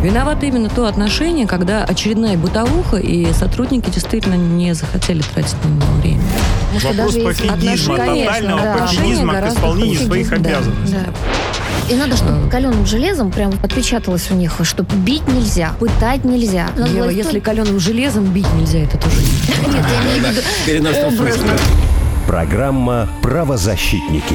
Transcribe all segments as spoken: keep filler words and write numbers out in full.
Виновато именно то отношение, когда очередная бытовуха, и сотрудники действительно не захотели тратить на него время. Вопрос пофигизма, тотального да. пофигизма к исполнению своих да, обязанностей. Да. И надо, чтобы каленым железом прям отпечаталось у них, что бить нельзя, пытать нельзя. Ева, власть... если каленым железом бить нельзя, это тоже не... Нет, я имею в виду образно. Программа «Правозащитники».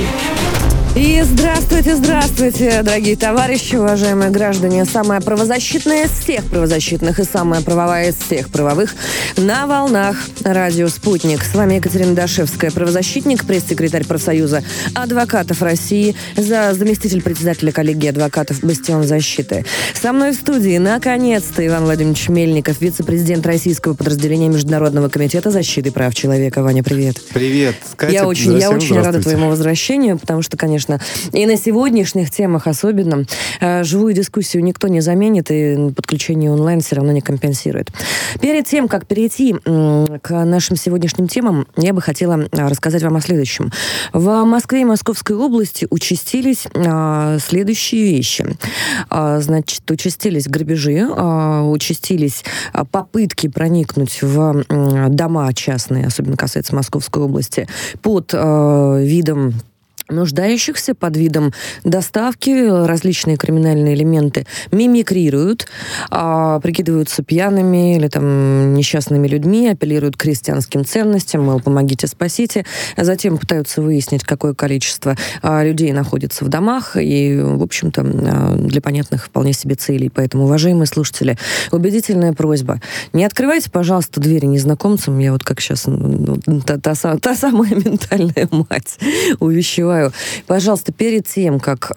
И здравствуйте, здравствуйте, дорогие товарищи, уважаемые граждане. Самая правозащитная из всех правозащитных и самая правовая из всех правовых на волнах радио «Спутник». С вами Екатерина Дашевская, правозащитник, пресс-секретарь профсоюза адвокатов России, за заместитель председателя коллегии адвокатов «Бастион защиты». Со мной в студии, наконец-то, Иван Владимирович Мельников, вице-президент российского подразделения Международного комитета защиты прав человека. Ваня, привет. Привет, Катя. Я очень, я очень рада твоему возвращению, потому что, конечно, и на сегодняшних темах особенно э, живую дискуссию никто не заменит, и подключение онлайн все равно не компенсирует. Перед тем, как перейти э, к нашим сегодняшним темам, я бы хотела рассказать вам о следующем. В Москве и Московской области участились э, следующие вещи. Э, значит, участились грабежи, э, участились попытки проникнуть в э, дома частные, особенно касается Московской области, под э, видом нуждающихся, под видом доставки. Различные криминальные элементы мимикрируют, а, прикидываются пьяными или там несчастными людьми, апеллируют к христианским ценностям, мол, помогите, спасите. А затем пытаются выяснить, какое количество а, людей находится в домах, и, в общем-то, а, для понятных вполне себе целей. Поэтому, уважаемые слушатели, убедительная просьба. Не открывайте, пожалуйста, двери незнакомцам. Я вот как сейчас та, та, та, та самая ментальная мать увещеваю. Пожалуйста, перед тем, как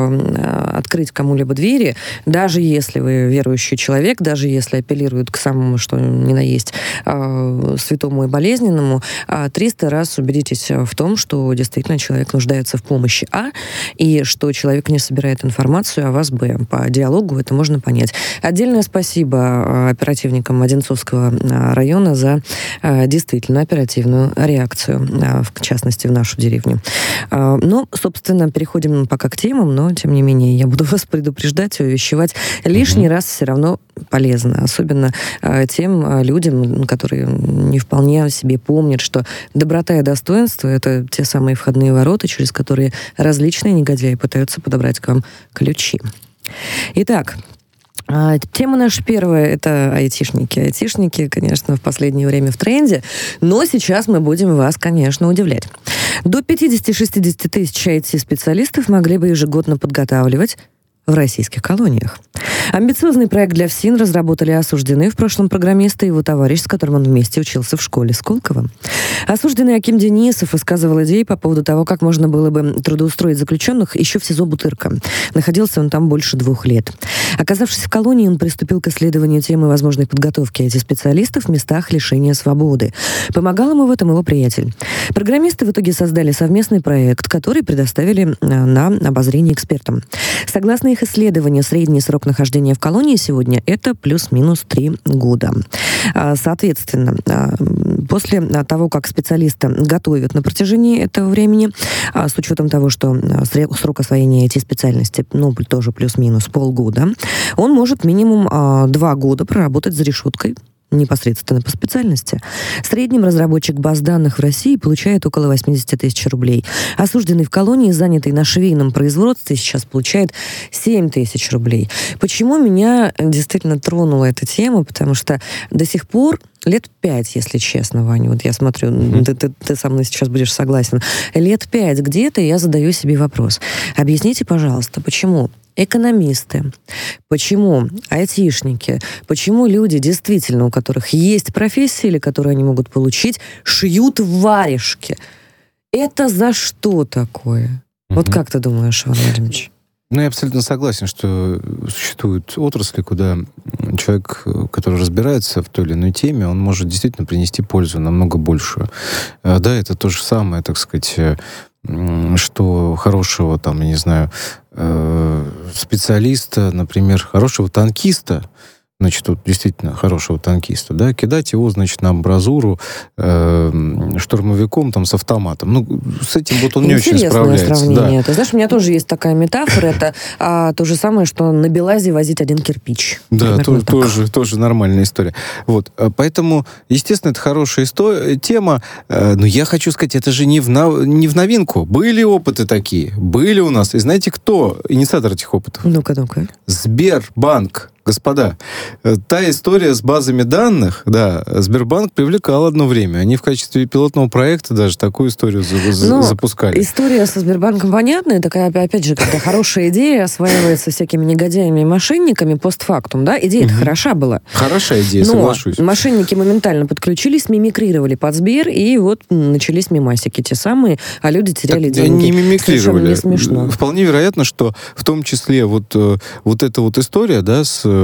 э, открыть кому-либо двери, даже если вы верующий человек, даже если апеллируют к самому, что ни на есть, э, святому и болезненному, э, триста раз убедитесь в том, что действительно человек нуждается в помощи, а, и что человек не собирает информацию о вас, б. По диалогу это можно понять. Отдельное спасибо оперативникам Одинцовского района за э, действительно оперативную реакцию, э, в частности, в нашу деревню. Ну, собственно, переходим пока к темам, но, тем не менее, я буду вас предупреждать и увещевать. Лишний mm-hmm. раз все равно полезно. Особенно э, тем людям, которые не вполне о себе помнят, что доброта и достоинство — это те самые входные ворота, через которые различные негодяи пытаются подобрать к вам ключи. Итак, тема наша первая — это айтишники. Айтишники, конечно, в последнее время в тренде, но сейчас мы будем вас, конечно, удивлять. До пятьдесят-шестьдесят тысяч ай ти-специалистов могли бы ежегодно подготавливать в российских колониях. Амбициозный проект для ФСИН разработали осужденные в прошлом программисты и его товарищ, с которым он вместе учился в школе Сколково. Осужденный Аким Денисов высказывал идеи по поводу того, как можно было бы трудоустроить заключенных еще в СИЗО Бутырка. Находился он там больше двух лет. Оказавшись в колонии, он приступил к исследованию темы возможной подготовки ай ти-специалистов в местах лишения свободы. Помогал ему в этом его приятель. Программисты в итоге создали совместный проект, который предоставили на обозрение экспертам. Согласно их исследованию, средний срок нахождения в колонии сегодня — это плюс-минус три года. Соответственно, после того, как специалиста готовят на протяжении этого времени, с учетом того, что срок освоения ай ти-специальности, ну, тоже плюс-минус полгода, он может минимум два года проработать за решеткой, непосредственно по специальности. В среднем разработчик баз данных в России получает около восемьдесят тысяч рублей. Осужденный в колонии, занятый на швейном производстве, сейчас получает семь тысяч рублей. Почему меня действительно тронула эта тема? Потому что до сих пор лет пять, если честно, Ваня, вот я смотрю, mm-hmm. ты, ты, ты со мной сейчас будешь согласен, лет пять где-то я задаю себе вопрос. Объясните, пожалуйста, почему экономисты, почему айтишники, почему люди, действительно, у которых есть профессия или которые они могут получить, шьют варежки? Это за что такое? Mm-hmm. Вот как ты думаешь, Иван Владимирович? Ну, я абсолютно согласен, что существуют отрасли, куда человек, который разбирается в той или иной теме, он может действительно принести пользу намного большую. Да, это то же самое, так сказать, что хорошего, там, я не знаю, специалиста, например, хорошего танкиста значит, вот действительно хорошего танкиста, да, кидать его, значит, на амбразуру э, штурмовиком там с автоматом. Ну, с этим вот он не очень справляется. Сравнение. Да. Ты знаешь, у меня тоже есть такая метафора, это а, то же самое, что на БелАЗе возить один кирпич. Да, то, тоже, тоже нормальная история. Вот, поэтому, естественно, это хорошая история, тема, но я хочу сказать, это же не в, на, не в новинку. Были опыты такие, были у нас. И знаете, кто инициатор этих опытов? Ну-ка, ну-ка. Сбербанк. Господа, та история с базами данных, да, Сбербанк привлекал одно время. Они в качестве пилотного проекта даже такую историю за- ну, запускали. История со Сбербанком понятная. Такая, опять же, когда хорошая идея осваивается всякими негодяями и мошенниками постфактум, да? Идея-то угу. хороша была. Хорошая идея, но соглашусь. Мошенники моментально подключились, мимикрировали под Сбер, и вот начались мимасики те самые, а люди теряли так деньги. Они мимикрировали. Не смешно. Вполне вероятно, что в том числе вот, вот эта вот история, да, с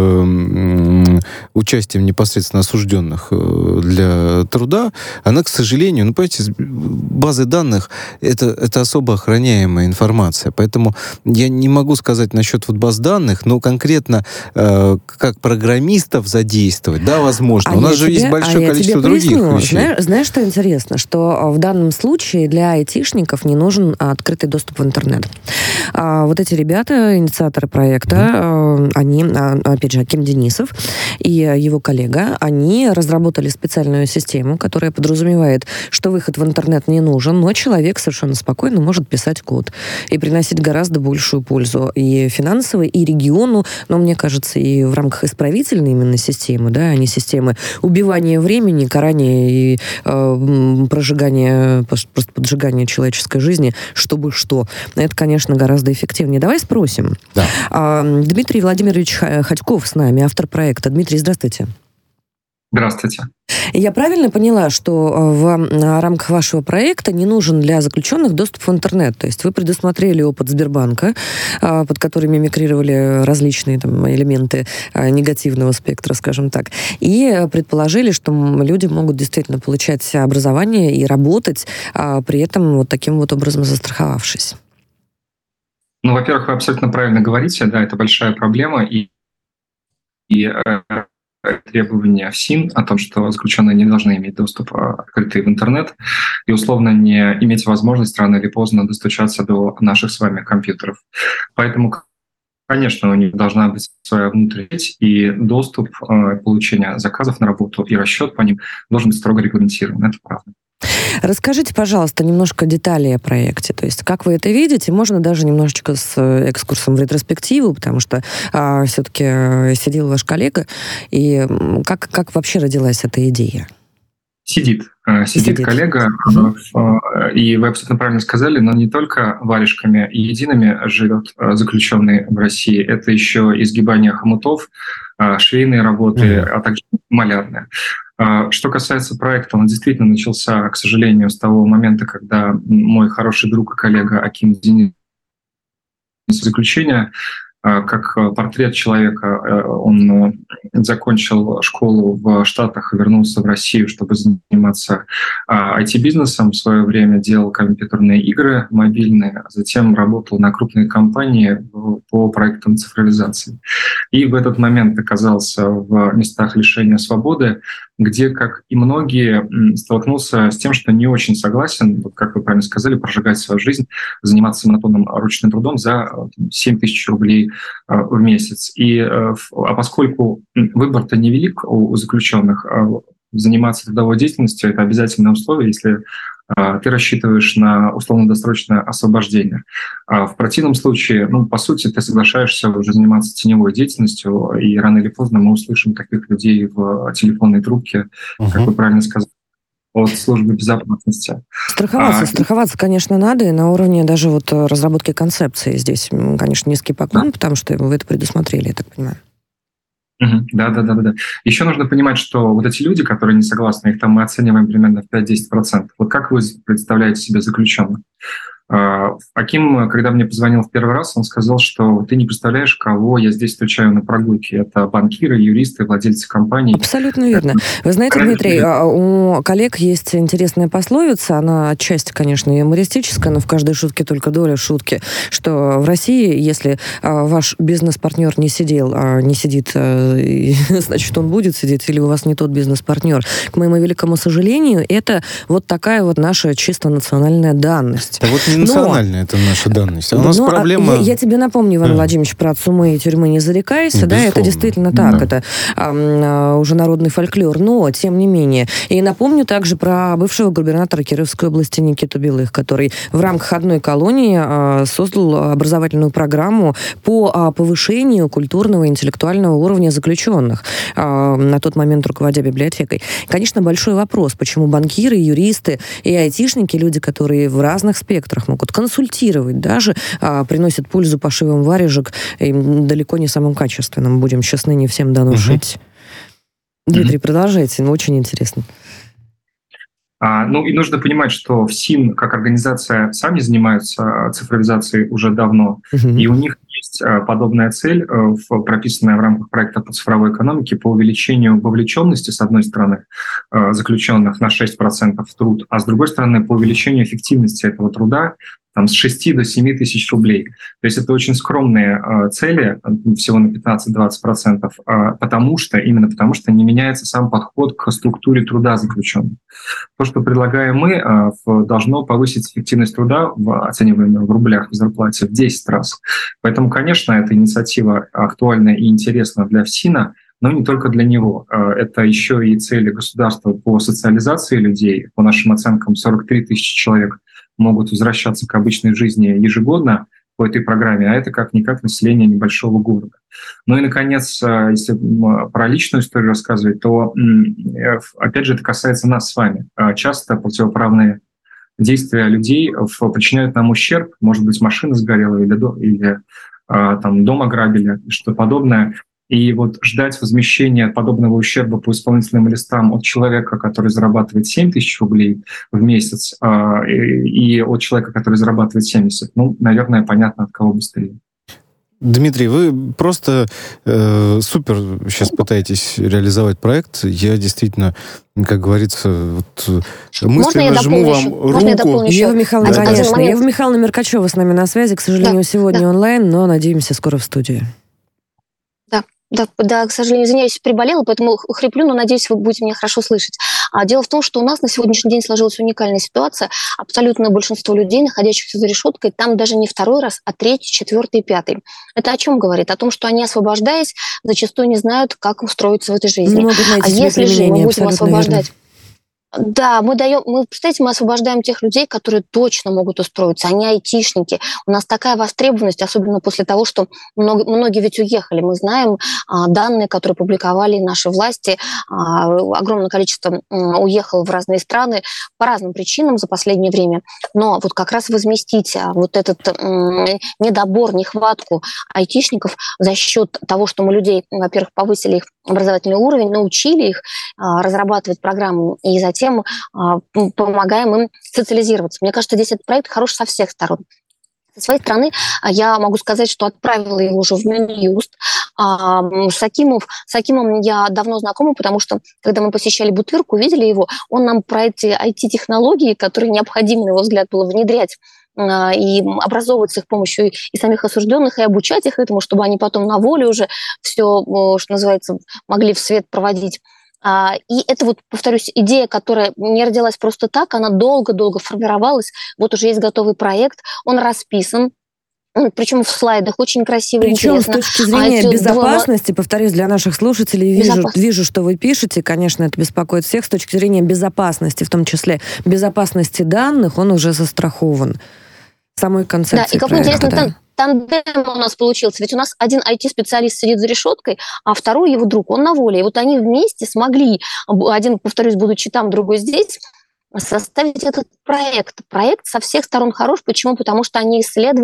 участием непосредственно осужденных для труда, она, к сожалению, ну, понимаете, базы данных это, это особо охраняемая информация. Поэтому я не могу сказать насчет вот баз данных, но конкретно э, как программистов задействовать, да, возможно. А У нас же тебе, есть большое а количество других поясню. вещей. Знаешь, знаешь, что интересно? Что в данном случае для айтишников не нужен открытый доступ в интернет. А вот эти ребята, инициаторы проекта, mm-hmm. они, опять же, Аким Денисов и его коллега, они разработали специальную систему, которая подразумевает, что выход в интернет не нужен, но человек совершенно спокойно может писать код и приносить гораздо большую пользу и финансовой, и региону, но, мне кажется, и в рамках исправительной именно системы, да, а не системы убивания времени, карания и э, прожигания, просто поджигания человеческой жизни, чтобы что. Это, конечно, гораздо эффективнее. Давай спросим. Да. А, Дмитрий Владимирович Ходьков с нами, автор проекта. Дмитрий, здравствуйте. Здравствуйте. Я правильно поняла, что в рамках вашего проекта не нужен для заключенных доступ в интернет? То есть вы предусмотрели опыт Сбербанка, под который мимикрировали различные там, элементы негативного спектра, скажем так, и предположили, что люди могут действительно получать образование и работать, при этом вот таким вот образом застраховавшись. Ну, во-первых, вы абсолютно правильно говорите, да, это большая проблема, и, и требования ФСИН о том, что заключенные не должны иметь доступ открытый в интернет и условно не иметь возможность рано или поздно достучаться до наших с вами компьютеров. Поэтому, конечно, у них должна быть своя внутренняя сеть, и доступ э, получения заказов на работу и расчет по ним должен быть строго регламентирован. Это правда. Расскажите, пожалуйста, немножко деталей о проекте. То есть, как вы это видите? Можно даже немножечко с экскурсом в ретроспективу, потому что а, все-таки сидел ваш коллега. И как, как вообще родилась эта идея? Сидит. Сидит, Сидит. коллега. Uh-huh. И вы абсолютно правильно сказали, но не только варежками и едиными живет заключенный в России. Это еще изгибание хомутов, швейные работы, uh-huh. а также малярные. Что касается проекта, он действительно начался, к сожалению, с того момента, когда мой хороший друг и коллега Аким Денисов заключения, как портрет человека, он закончил школу в Штатах и вернулся в Россию, чтобы заниматься ай ти-бизнесом. В свое время делал компьютерные игры мобильные, затем работал на крупной компании по проектам цифровизации. И в этот момент оказался в местах лишения свободы, где, как и многие, столкнулся с тем, что не очень согласен, вот как вы правильно сказали, прожигать свою жизнь, заниматься монотонным ручным трудом за семь тысяч рублей в месяц. И, а поскольку выбор-то невелик у заключенных, заниматься трудовой деятельностью — это обязательное условие, если ты рассчитываешь на условно-досрочное освобождение. А в противном случае, ну, по сути, ты соглашаешься уже заниматься теневой деятельностью, и рано или поздно мы услышим таких людей в телефонной трубке, uh-huh. как вы правильно сказали, от службы безопасности. Страховаться, а, страховаться, конечно, надо, и на уровне даже вот разработки концепции здесь, конечно, низкий поклон, да. потому что вы это предусмотрели, я так понимаю. Да, да, да, да. Еще нужно понимать, что вот эти люди, которые не согласны, их там мы оцениваем примерно в пять-десять процентов. Вот как вы представляете себе заключенных? Аким, когда мне позвонил в первый раз, он сказал, что ты не представляешь, кого я здесь встречаю на прогулке. Это банкиры, юристы, владельцы компаний. Абсолютно верно. Вы знаете, Дмитрий, у коллег есть интересная пословица, она отчасти, конечно, юмористическая, но в каждой шутке только доля шутки, что в России, если ваш бизнес-партнер не сидел, а не сидит, значит, он будет сидеть, или у вас не тот бизнес-партнер. К моему великому сожалению, это вот такая вот наша чисто национальная данность. Да вот не национальная, но, это наша данность. А у нас но, проблема... Я, я тебе напомню, Иван а. Владимирович, про суммы и тюрьмы не зарекайся, да, это действительно так, да. это а, уже народный фольклор, но, тем не менее. И напомню также про бывшего губернатора Кировской области Никиту Белых, который в рамках одной колонии а, создал образовательную программу по а, повышению культурного и интеллектуального уровня заключенных, а, на тот момент руководя библиотекой. Конечно, большой вопрос, почему банкиры, юристы и айтишники, люди, которые в разных спектрах могут консультировать, даже а, приносят пользу пошивом варежек, и далеко не самым качественным, будем честны, не всем дано шить. Угу. Дмитрий, угу. продолжайте, очень интересно. А, ну и нужно понимать, что ФСИН как организация сами занимаются цифровизацией уже давно, угу. и у них есть подобная цель, прописанная в рамках проекта по цифровой экономике, по увеличению вовлеченности, с одной стороны, заключенных на шесть процентов в труд, а с другой стороны, по увеличению эффективности этого труда там, с шести до семи тысяч рублей. То есть это очень скромные э, цели, всего на пятнадцать-двадцать процентов, э, потому что, именно потому что не меняется сам подход к структуре труда заключенных. То, что предлагаем мы, э, в, должно повысить эффективность труда, в, оцениваемую в рублях в зарплате, в десять раз. Поэтому, конечно, эта инициатива актуальна и интересна для ФСИНа, но не только для него. Это еще и цели государства по социализации людей. По нашим оценкам, сорок три тысячи человек могут возвращаться к обычной жизни ежегодно по этой программе, а это как-никак население небольшого города. Ну и, наконец, если про личную историю рассказывать, то, опять же, это касается нас с вами. Часто противоправные действия людей причиняют нам ущерб, может быть, машина сгорела или, или там, дом ограбили, что подобное. И вот ждать возмещения подобного ущерба по исполнительным листам от человека, который зарабатывает семь тысяч рублей в месяц, и от человека, который зарабатывает семьдесят, ну, наверное, понятно, от кого быстрее. Дмитрий, вы просто э, супер сейчас пытаетесь реализовать проект. Я действительно, как говорится, вот, мысленно жму вам еще? руку. Ева Михайловна, да, конечно. Ева Михайловна Меркачева с нами на связи. К сожалению, да, сегодня да. онлайн, но, надеемся, скоро в студии. Да, да, к сожалению, извиняюсь, приболела, поэтому хриплю, но надеюсь, вы будете меня хорошо слышать. А дело в том, что у нас на сегодняшний день сложилась уникальная ситуация. Абсолютное большинство людей, находящихся за решеткой, там даже не второй раз, а третий, четвертый, пятый. Это о чем говорит? О том, что они, освобождаясь, зачастую не знают, как устроиться в этой жизни. Не могут найти а если же мы будем освобождать... Верно. Да, мы даем, мы, представляете, мы освобождаем тех людей, которые точно могут устроиться, они айтишники. У нас такая востребованность, особенно после того, что много, многие ведь уехали. Мы знаем а, данные, которые публиковали наши власти. А, огромное количество а, уехало в разные страны по разным причинам за последнее время. Но вот как раз возместить а, вот этот а, недобор, нехватку айтишников за счет того, что мы людей, во-первых, повысили их образовательный уровень, научили их а, разрабатывать программы и затем помогаем им социализироваться. Мне кажется, здесь этот проект хорош со всех сторон. Со своей стороны, я могу сказать, что отправила его уже в Минюст. С Акимом, с Акимом я давно знакома, потому что, когда мы посещали Бутырку, видели его, он нам про эти ай ти-технологии, которые необходимо, на его взгляд, было внедрять, и образовывать с их помощью и самих осужденных, и обучать их этому, чтобы они потом на воле уже все, что называется, могли в свет проводить. И это вот, повторюсь, идея, которая не родилась просто так, она долго-долго формировалась. Вот уже есть готовый проект, он расписан, причем в слайдах очень красиво, причем интересно. Причем с точки зрения а безопасности, два... повторюсь, для наших слушателей, вижу, вижу, что вы пишете, конечно, это беспокоит всех, с точки зрения безопасности, в том числе безопасности данных, он уже застрахован. Самой концепции. Да, и какой интересный да. тандем у нас получился. Ведь у нас один ай ти-специалист сидит за решеткой, а второй его друг, он на воле. И вот они вместе смогли, один, повторюсь, будучи там, другой здесь, составить этот проект. Проект со всех сторон хорош. Почему? Потому что они исследовали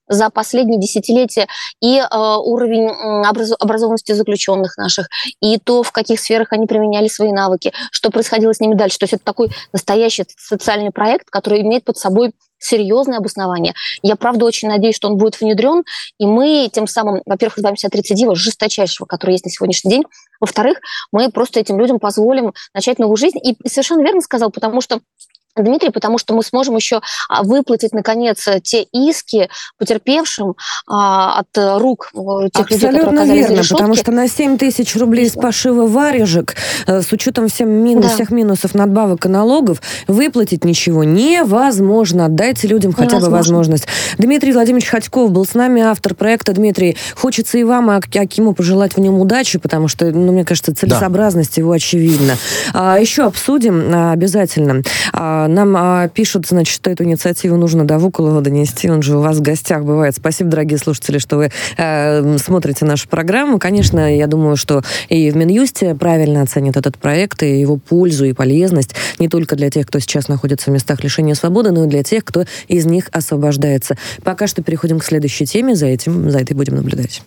за последние десятилетия и э, уровень образ, образованности заключенных наших, и то, в каких сферах они применяли свои навыки, что происходило с ними дальше. То есть это такой настоящий социальный проект, который имеет под собой серьезное обоснование. Я, правда, очень надеюсь, что он будет внедрен, и мы тем самым, во-первых, избавимся от рецидива жесточайшего, который есть на сегодняшний день. Во-вторых, мы просто этим людям позволим начать новую жизнь. И совершенно верно сказал, потому что Дмитрий, потому что мы сможем еще выплатить, наконец, те иски потерпевшим а, от рук тех Абсолютно людей, которые оказались верно, за решеткой. потому что на семь тысяч рублей с пошива варежек, с учетом всем мин... да. всех минусов, надбавок и налогов, выплатить ничего невозможно. Отдайте людям хотя бы возможность. Дмитрий Владимирович Ходьков был с нами, автор проекта. Дмитрий, хочется и вам, и Акиму пожелать в нем удачи, потому что, ну, мне кажется, целесообразность да. его очевидна. А, еще обсудим а, обязательно. А, Нам а, пишут, значит, что эту инициативу нужно до Вуколова донести. Он же у вас в гостях бывает. Спасибо, дорогие слушатели, что вы э, смотрите нашу программу. Конечно, я думаю, что и в Минюсте правильно оценят этот проект и его пользу и полезность не только для тех, кто сейчас находится в местах лишения свободы, но и для тех, кто из них освобождается. Пока что переходим к следующей теме. За этим, за этой будем наблюдать.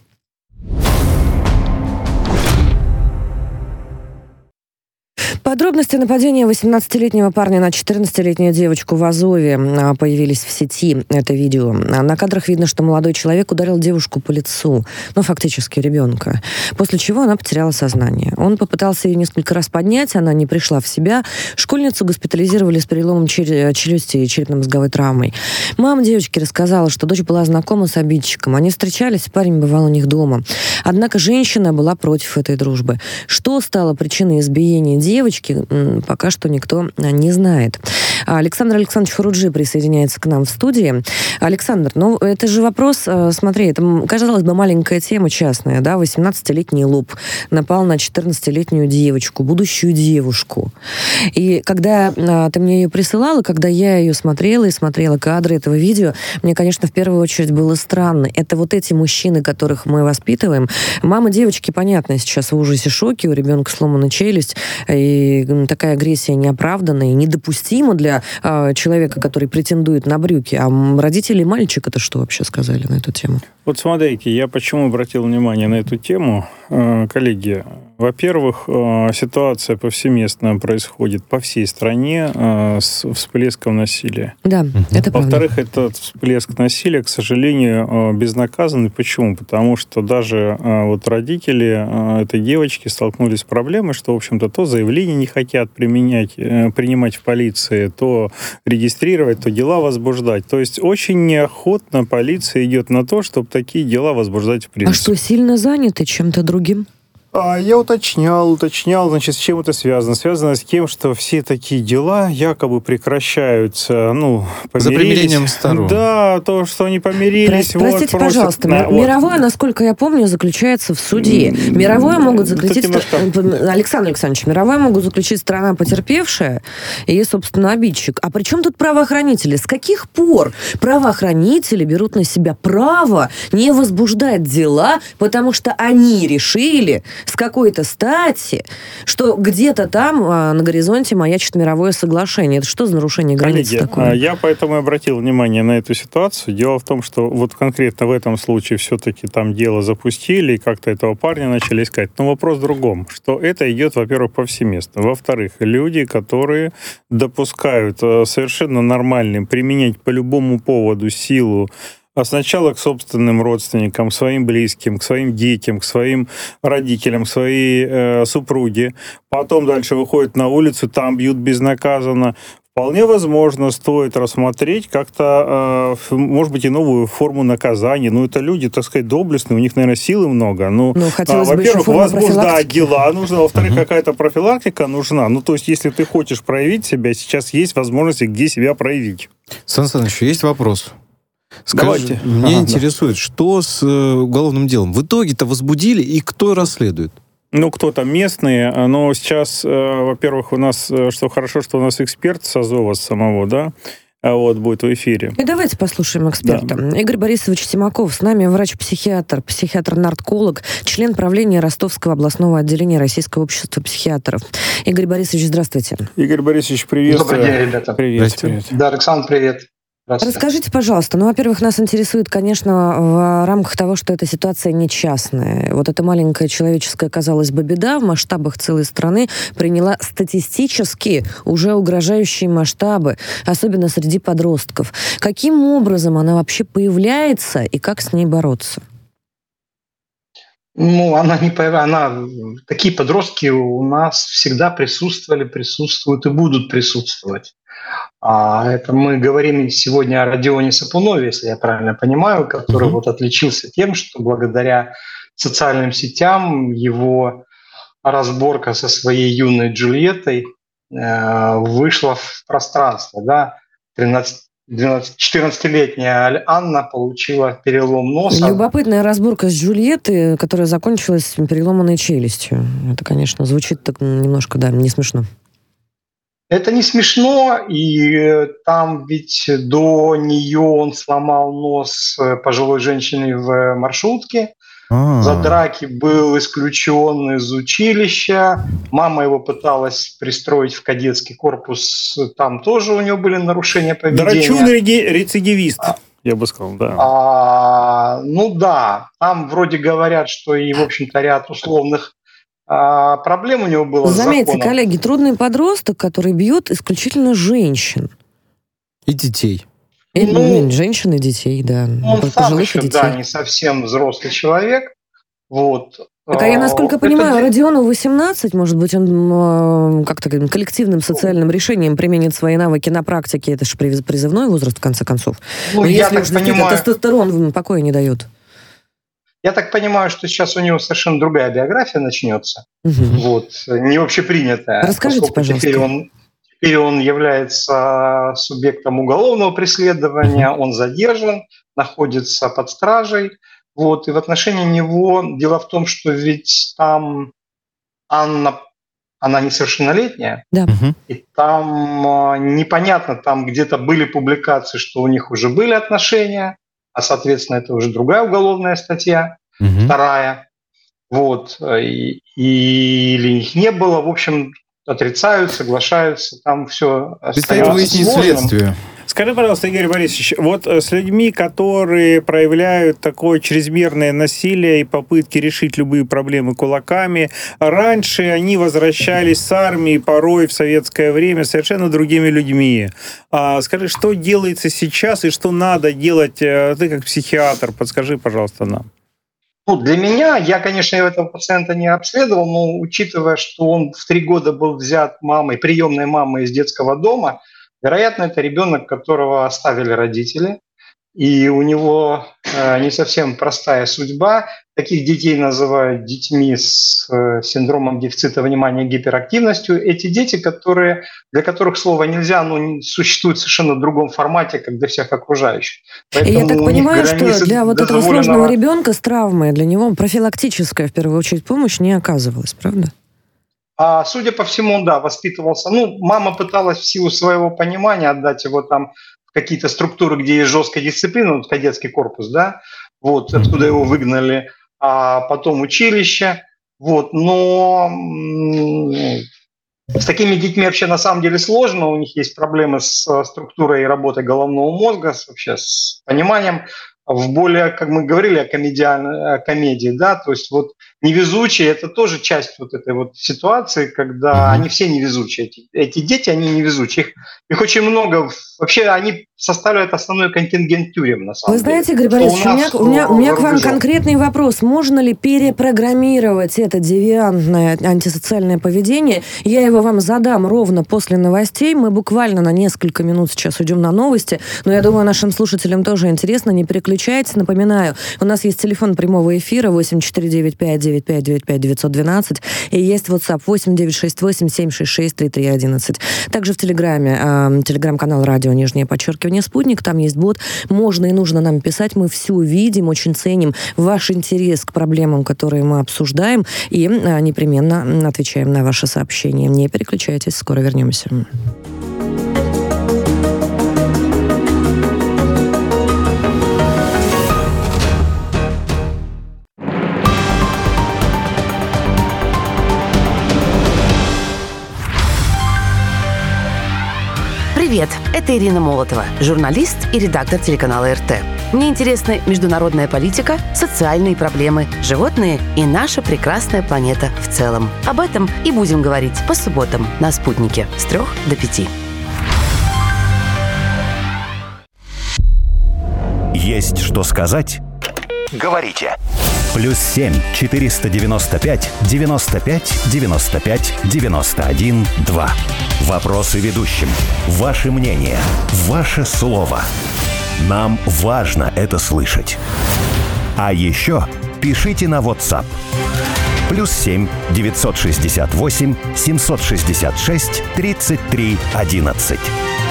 Подробности нападения восемнадцатилетнего парня на четырнадцатилетнюю девочку в Азове появились в сети. Это видео. На кадрах видно, что молодой человек ударил девушку по лицу, ну, фактически ребенка, после чего она потеряла сознание. Он попытался ее несколько раз поднять, она не пришла в себя. Школьницу госпитализировали с переломом челюсти и черепно-мозговой травмой. Мама девочки рассказала, что дочь была знакома с обидчиком. Они встречались, парень бывал у них дома. Однако женщина была против этой дружбы. Что стало причиной избиения девочки, пока что никто не знает. Александр Александрович Фуруджи присоединяется к нам в студии. Александр, ну это же вопрос, смотри, это, казалось бы, маленькая тема частная, да, восемнадцатилетний лоб напал на четырнадцатилетнюю девочку, будущую девушку. И когда а, ты мне ее присылала, когда я ее смотрела и смотрела кадры этого видео, мне, конечно, в первую очередь было странно. Это вот эти мужчины, которых мы воспитываем. Мама девочки, понятно, сейчас в ужасе, шоке, у ребенка сломана челюсть, и такая агрессия неоправданная и недопустима для э, человека, который претендует на брюки. А родители мальчика-то что вообще сказали на эту тему? Вот смотрите, я почему обратил внимание на эту тему, э, коллеги. Во-первых, э, ситуация повсеместно происходит по всей стране э, с всплеском насилия. Да, это правда. Во-вторых, этот всплеск насилия, к сожалению, э, безнаказанный. Почему? Потому что даже э, вот родители э, этой девочки столкнулись с проблемой, что, в общем-то, то заявление не хотят применять, э, принимать в полиции, то регистрировать, то дела возбуждать. То есть очень неохотно полиция идет на то, чтобы такие дела возбуждать в принципе. А что, сильно заняты чем-то другим? Я уточнял, уточнял, значит, с чем это связано. Связано с тем, что все такие дела якобы прекращаются, ну, помирились. За примирением сторон. Да, то, что они помирились. Про- простите, вот, пожалуйста, просят, ми- вот. мировое, насколько я помню, заключается в суде. Мировое могут заключить... немножко... Александр Александрович, мировое могут заключить сторона потерпевшая и, собственно, обидчик. А при чем тут правоохранители? С каких пор правоохранители берут на себя право не возбуждать дела, потому что они решили... с какой-то стати, что где-то там а, на горизонте маячит мировое соглашение. Это что за нарушение границ Коллеги, такое? Я поэтому и обратил внимание на эту ситуацию. Дело в том, что вот конкретно в этом случае все-таки там дело запустили, и как-то этого парня начали искать. Но вопрос в другом, что это идет, во-первых, повсеместно. Во-вторых, люди, которые допускают совершенно нормальным применять по любому поводу силу, а сначала к собственным родственникам, к своим близким, к своим детям, к своим родителям, к своей э, супруге. Потом дальше выходят на улицу, там бьют безнаказанно. Вполне возможно, стоит рассмотреть как-то, э, может быть, и новую форму наказания. Ну, это люди, так сказать, доблестные, у них, наверное, силы много. Ну, ну а, во-первых, возбуждать дела нужно, во-вторых, uh-huh. какая-то профилактика нужна. Ну, то есть, если ты хочешь проявить себя, сейчас есть возможности, где себя проявить. Сан Саныч, есть вопрос. Скажи, Давайте. Мне ага, интересует, да. что с э, уголовным делом? В итоге-то возбудили, и кто расследует? Ну, кто-то местные, но сейчас, э, во-первых, у нас, что хорошо, что у нас эксперт с Азова самого, да, вот, будет в эфире. И давайте послушаем эксперта. Да. Игорь Борисович Тимаков с нами, врач-психиатр, психиатр-нарколог, член правления Ростовского областного отделения Российского общества психиатров. Игорь Борисович, здравствуйте. Игорь Борисович, привет. Добрый день, ребята. Привет, привет. Да, Александр, привет. Расскажите, пожалуйста, ну, во-первых, нас интересует, конечно, в рамках того, что эта ситуация не частная. Вот эта маленькая человеческая, казалось бы, беда в масштабах целой страны приняла статистически уже угрожающие масштабы, особенно среди подростков. Каким образом она вообще появляется и как с ней бороться? Ну, она не появляется. Она... Такие подростки у нас всегда присутствовали, присутствуют и будут присутствовать. А это мы говорим сегодня о Родионе Сапунове, если я правильно понимаю, который mm-hmm. вот отличился тем, что благодаря социальным сетям его разборка со своей юной Джульеттой э, вышла в пространство. Да? четырнадцатилетняя Анна получила перелом носа. Любопытная разборка с Джульеттой, которая закончилась переломанной челюстью. Это, конечно, звучит так немножко, да, не смешно. Это не смешно, и там ведь до нее он сломал нос пожилой женщине в маршрутке. А-а-а. За драки был исключен из училища. Мама его пыталась пристроить в кадетский корпус. Там тоже у него были нарушения поведения. Драчун рецидивист, я бы сказал, да. А, ну да, там вроде говорят, что и, в общем-то, ряд условных А проблем у него было Заметьте, с законом. коллеги, трудный подросток, который бьет исключительно женщин. И детей. И, ну, женщин и детей, да. Он сам еще, да, не совсем взрослый человек. Вот. Так, а я, насколько Это... понимаю, Родиону восемнадцать, может быть, он как-то коллективным социальным решением применит свои навыки на практике. Это же призывной возраст, в конце концов. Ну, Но я если так понимаю... тестостерон покоя не дает. Я так понимаю, что сейчас у него совершенно другая биография начнется, угу. вот, не общепринятая. Расскажите, пожалуйста. Теперь он, теперь он является субъектом уголовного преследования, он задержан, находится под стражей. Вот, и в отношении него дело в том, что ведь там Анна, она несовершеннолетняя, да. и там непонятно, там где-то были публикации, что у них уже были отношения, а, соответственно, это уже другая уголовная статья, угу. вторая. Вот. И, и, или их не было, в общем, отрицают, соглашаются, там все остается выяснить следствие. Скажи, пожалуйста, Игорь Борисович, вот с людьми, которые проявляют такое чрезмерное насилие и попытки решить любые проблемы кулаками, раньше они возвращались с армии порой в советское время совершенно другими людьми. А скажи, что делается сейчас и что надо делать? Ты как психиатр, подскажи, пожалуйста, нам. Ну, для меня, я, конечно, этого пациента не обследовал, но учитывая, что он в три года был взят мамой, приемной мамой из детского дома, вероятно, это ребенок, которого оставили родители, и у него э, не совсем простая судьба. Таких детей называют детьми с э, синдромом дефицита внимания и гиперактивностью. Эти дети, которые, для которых слово «нельзя», но существуют совершенно в другом формате, как для всех окружающих. Поэтому и я так понимаю, что для вот этого сложного ребенка с травмой, для него профилактическая, в первую очередь, помощь не оказывалась, правда? А, судя по всему, он, да, воспитывался. Ну, мама пыталась в силу своего понимания отдать его там в какие-то структуры, где есть жесткая дисциплина, вот кадетский корпус, да, вот, откуда его выгнали, а потом училище, вот, но с такими детьми вообще на самом деле сложно, у них есть проблемы с структурой работы головного мозга, с, вообще с пониманием, в более, как мы говорили, о, о комедии, да, то есть вот невезучие – это тоже часть вот этой вот ситуации, когда mm-hmm. они все невезучие. Эти, эти дети, они невезучие. Их, их очень много. Вообще они составляют основной контингент тюрем, на самом Вы деле. Вы знаете, Игорь Борисович, у меня, у меня, у меня к вам конкретный вопрос. Можно ли перепрограммировать это девиантное антисоциальное поведение? Я его вам задам ровно после новостей. Мы буквально на несколько минут сейчас уйдем на новости, но я думаю, нашим слушателям тоже интересно. Не переключайтесь. Напоминаю, у нас есть телефон прямого эфира восемь четыре девять пять девять пять девять пять девятьсот двенадцать и есть WhatsApp восемь девять шесть восемь семь шесть шесть три три одиннадцать. Также в Телеграме, э, телеграм-канал радио, нижнее подчеркивание, Спутник, там есть бот. Можно и нужно нам писать, мы все видим, очень ценим ваш интерес к проблемам, которые мы обсуждаем, и э, непременно отвечаем на ваши сообщения. Не переключайтесь, скоро вернемся. Привет, это Ирина Молотова, журналист и редактор телеканала эр тэ. Мне интересны международная политика, социальные проблемы, животные и наша прекрасная планета в целом. Об этом и будем говорить по субботам на «Спутнике» с трех до пяти. Есть что сказать? Говорите. Плюс семь четыреста девяносто пять девяносто пять девяносто пять девяносто один два. Вопросы ведущим. Ваше мнение. Ваше слово. Нам важно это слышать. А еще пишите на WhatsApp. Плюс семь девятьсот шестьдесят восемь семьсот шестьдесят шесть тридцать три одиннадцать.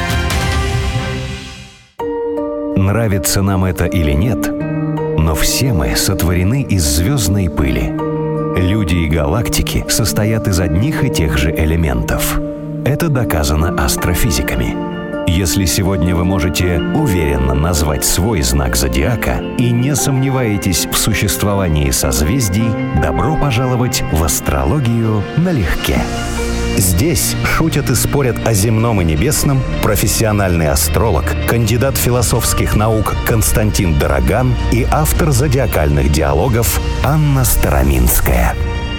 Нравится нам это или нет, но все мы сотворены из звездной пыли. Люди и галактики состоят из одних и тех же элементов. Это доказано астрофизиками. Если сегодня вы можете уверенно назвать свой знак зодиака и не сомневаетесь в существовании созвездий, добро пожаловать в астрологию налегке. Здесь шутят и спорят о земном и небесном профессиональный астролог, кандидат философских наук Константин Дороган и автор зодиакальных диалогов Анна Староминская.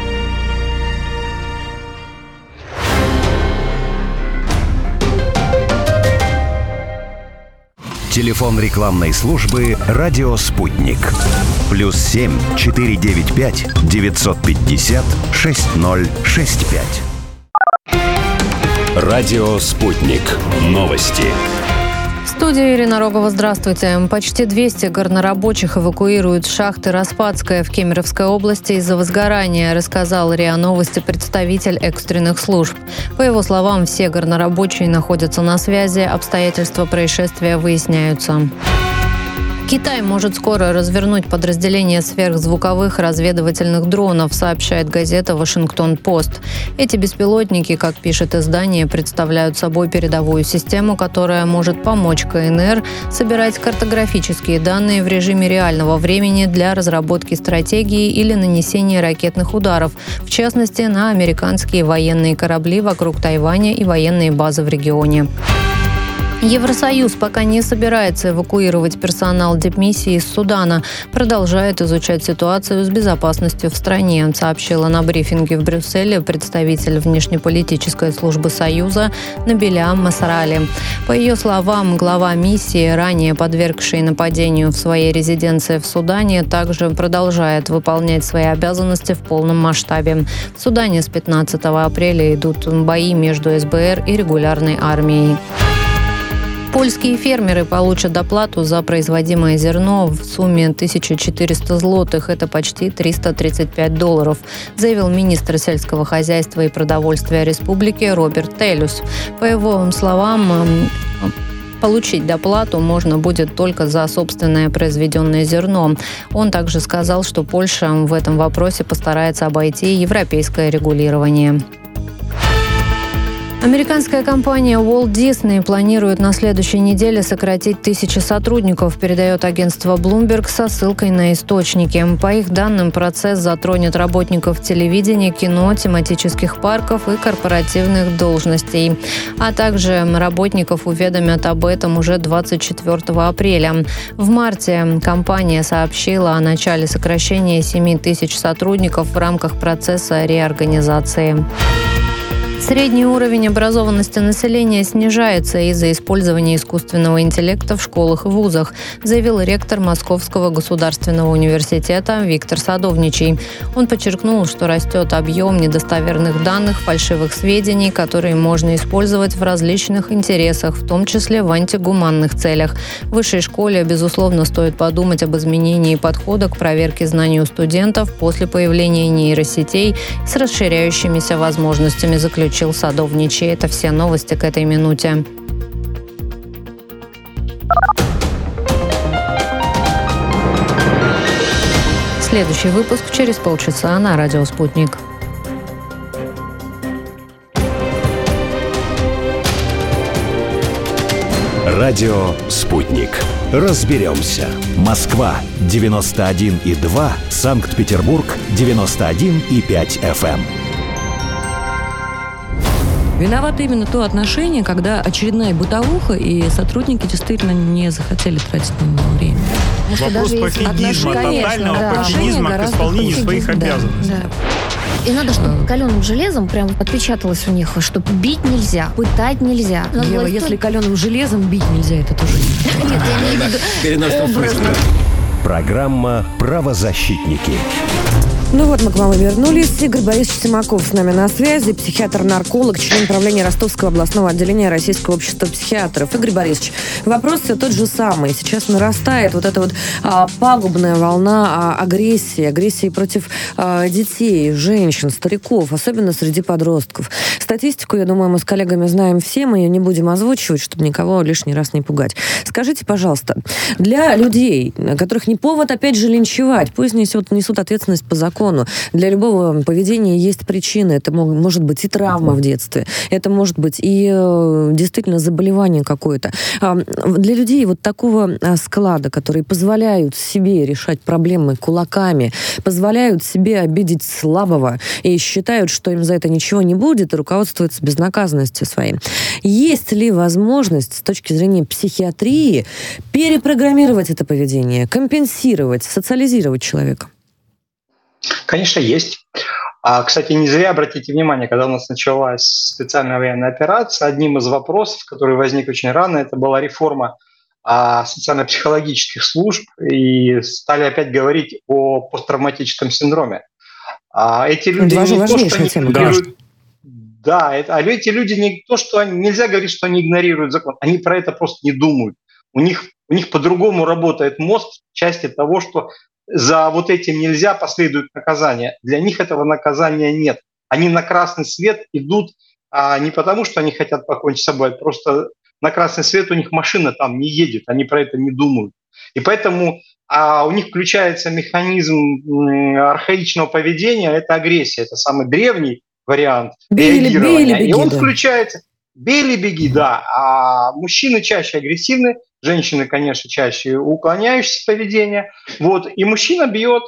Телефон рекламной службы «Радио Спутник». Плюс семь четыре девять пять девятьсот пятьдесят шесть ноль шесть пять. Радио «Спутник». Новости. В студии Ирина Рогова. Здравствуйте. Почти двести горнорабочих эвакуируют с шахты Распадская в Кемеровской области из-за возгорания, рассказал РИА Новости представитель экстренных служб. По его словам, все горнорабочие находятся на связи, обстоятельства происшествия выясняются. Китай может скоро развернуть подразделение сверхзвуковых разведывательных дронов, сообщает газета «Вашингтон-Пост». Эти беспилотники, как пишет издание, представляют собой передовую систему, которая может помочь ка эн эр собирать картографические данные в режиме реального времени для разработки стратегии или нанесения ракетных ударов, в частности, на американские военные корабли вокруг Тайваня и военные базы в регионе. Евросоюз пока не собирается эвакуировать персонал дипмиссии из Судана, продолжает изучать ситуацию с безопасностью в стране, сообщила на брифинге в Брюсселе представитель внешнеполитической службы Союза Набиля Масрали. По ее словам, глава миссии, ранее подвергшей нападению в своей резиденции в Судане, также продолжает выполнять свои обязанности в полном масштабе. В Судане с пятнадцатого апреля идут бои между эс бэ эр и регулярной армией. Польские фермеры получат доплату за производимое зерно в сумме тысяча четыреста злотых, это почти триста тридцать пять долларов, заявил министр сельского хозяйства и продовольствия республики Роберт Телюс. По его словам, получить доплату можно будет только за собственное произведенное зерно. Он также сказал, что Польша в этом вопросе постарается обойти европейское регулирование. Американская компания Walt Disney планирует на следующей неделе сократить тысячи сотрудников, передает агентство Bloomberg со ссылкой на источники. По их данным, процесс затронет работников телевидения, кино, тематических парков и корпоративных должностей. А также работников уведомят об этом уже двадцать четвёртого апреля. В марте компания сообщила о начале сокращения семь тысяч сотрудников в рамках процесса реорганизации. Средний уровень образованности населения снижается из-за использования искусственного интеллекта в школах и вузах, заявил ректор Московского государственного университета Виктор Садовничий. Он подчеркнул, что растет объем недостоверных данных, фальшивых сведений, которые можно использовать в различных интересах, в том числе в антигуманных целях. В высшей школе, безусловно, стоит подумать об изменении подхода к проверке знаний у студентов после появления нейросетей с расширяющимися возможностями, заключения. Садовничий. Это все новости к этой минуте. Следующий выпуск через полчаса на радио «Спутник». Радио «Спутник». Разберемся. Москва девяносто один и два, Санкт-Петербург девяносто один и пять эф эм. Виновато именно то отношение, когда очередная бытовуха, и сотрудники действительно не захотели тратить на него время. Вопрос пофигизма, тотального да. пофигизма к исполнению своих да, обязанностей. Да. И надо, чтобы каленым железом прям отпечаталось у них, что бить нельзя, пытать нельзя. Ева, если каленым железом бить нельзя, это тоже не. Нет, я имею в виду образно. Программа «Правозащитники». Ну вот мы к вам и вернулись. Игорь Борисович Симаков с нами на связи, психиатр-нарколог, член правления Ростовского областного отделения Российского общества психиатров. Игорь Борисович, вопрос все тот же самый. Сейчас нарастает вот эта вот а, пагубная волна а, агрессии, агрессии против а, детей, женщин, стариков, особенно среди подростков. Статистику, я думаю, мы с коллегами знаем все, мы ее не будем озвучивать, чтобы никого лишний раз не пугать. Скажите, пожалуйста, для людей, которых не повод, опять же, линчевать, пусть несут, несут ответственность по закону, для любого поведения есть причины. Это может быть и травма в детстве, это может быть и действительно заболевание какое-то. Для людей вот такого склада, которые позволяют себе решать проблемы кулаками, позволяют себе обидеть слабого и считают, что им за это ничего не будет, и руководствуются безнаказанностью своей. Есть ли возможность с точки зрения психиатрии перепрограммировать это поведение, компенсировать, социализировать человека? Конечно, есть. А, кстати, не зря обратите внимание, когда у нас началась специальная военная операция, одним из вопросов, который возник очень рано, это была реформа а, социально-психологических служб, и стали опять говорить о посттравматическом синдроме. А, эти люди это не то, что тема, игнорируют... Да, это, а эти люди не то, что они... Нельзя говорить, что они игнорируют закон, они про это просто не думают. У них, у них по-другому работает мозг в части того, что за вот этим нельзя последует наказание. Для них этого наказания нет. Они на красный свет идут а, не потому, что они хотят покончить с собой, просто на красный свет у них машина там не едет, они про это не думают. И поэтому а, у них включается механизм м, архаичного поведения, это агрессия, это самый древний вариант бей реагирования. Бей или беги, и он да. включается... Бей или беги, да. А мужчины чаще агрессивны, женщины, конечно, чаще уклоняющиеся поведения. Вот. И мужчина бьет,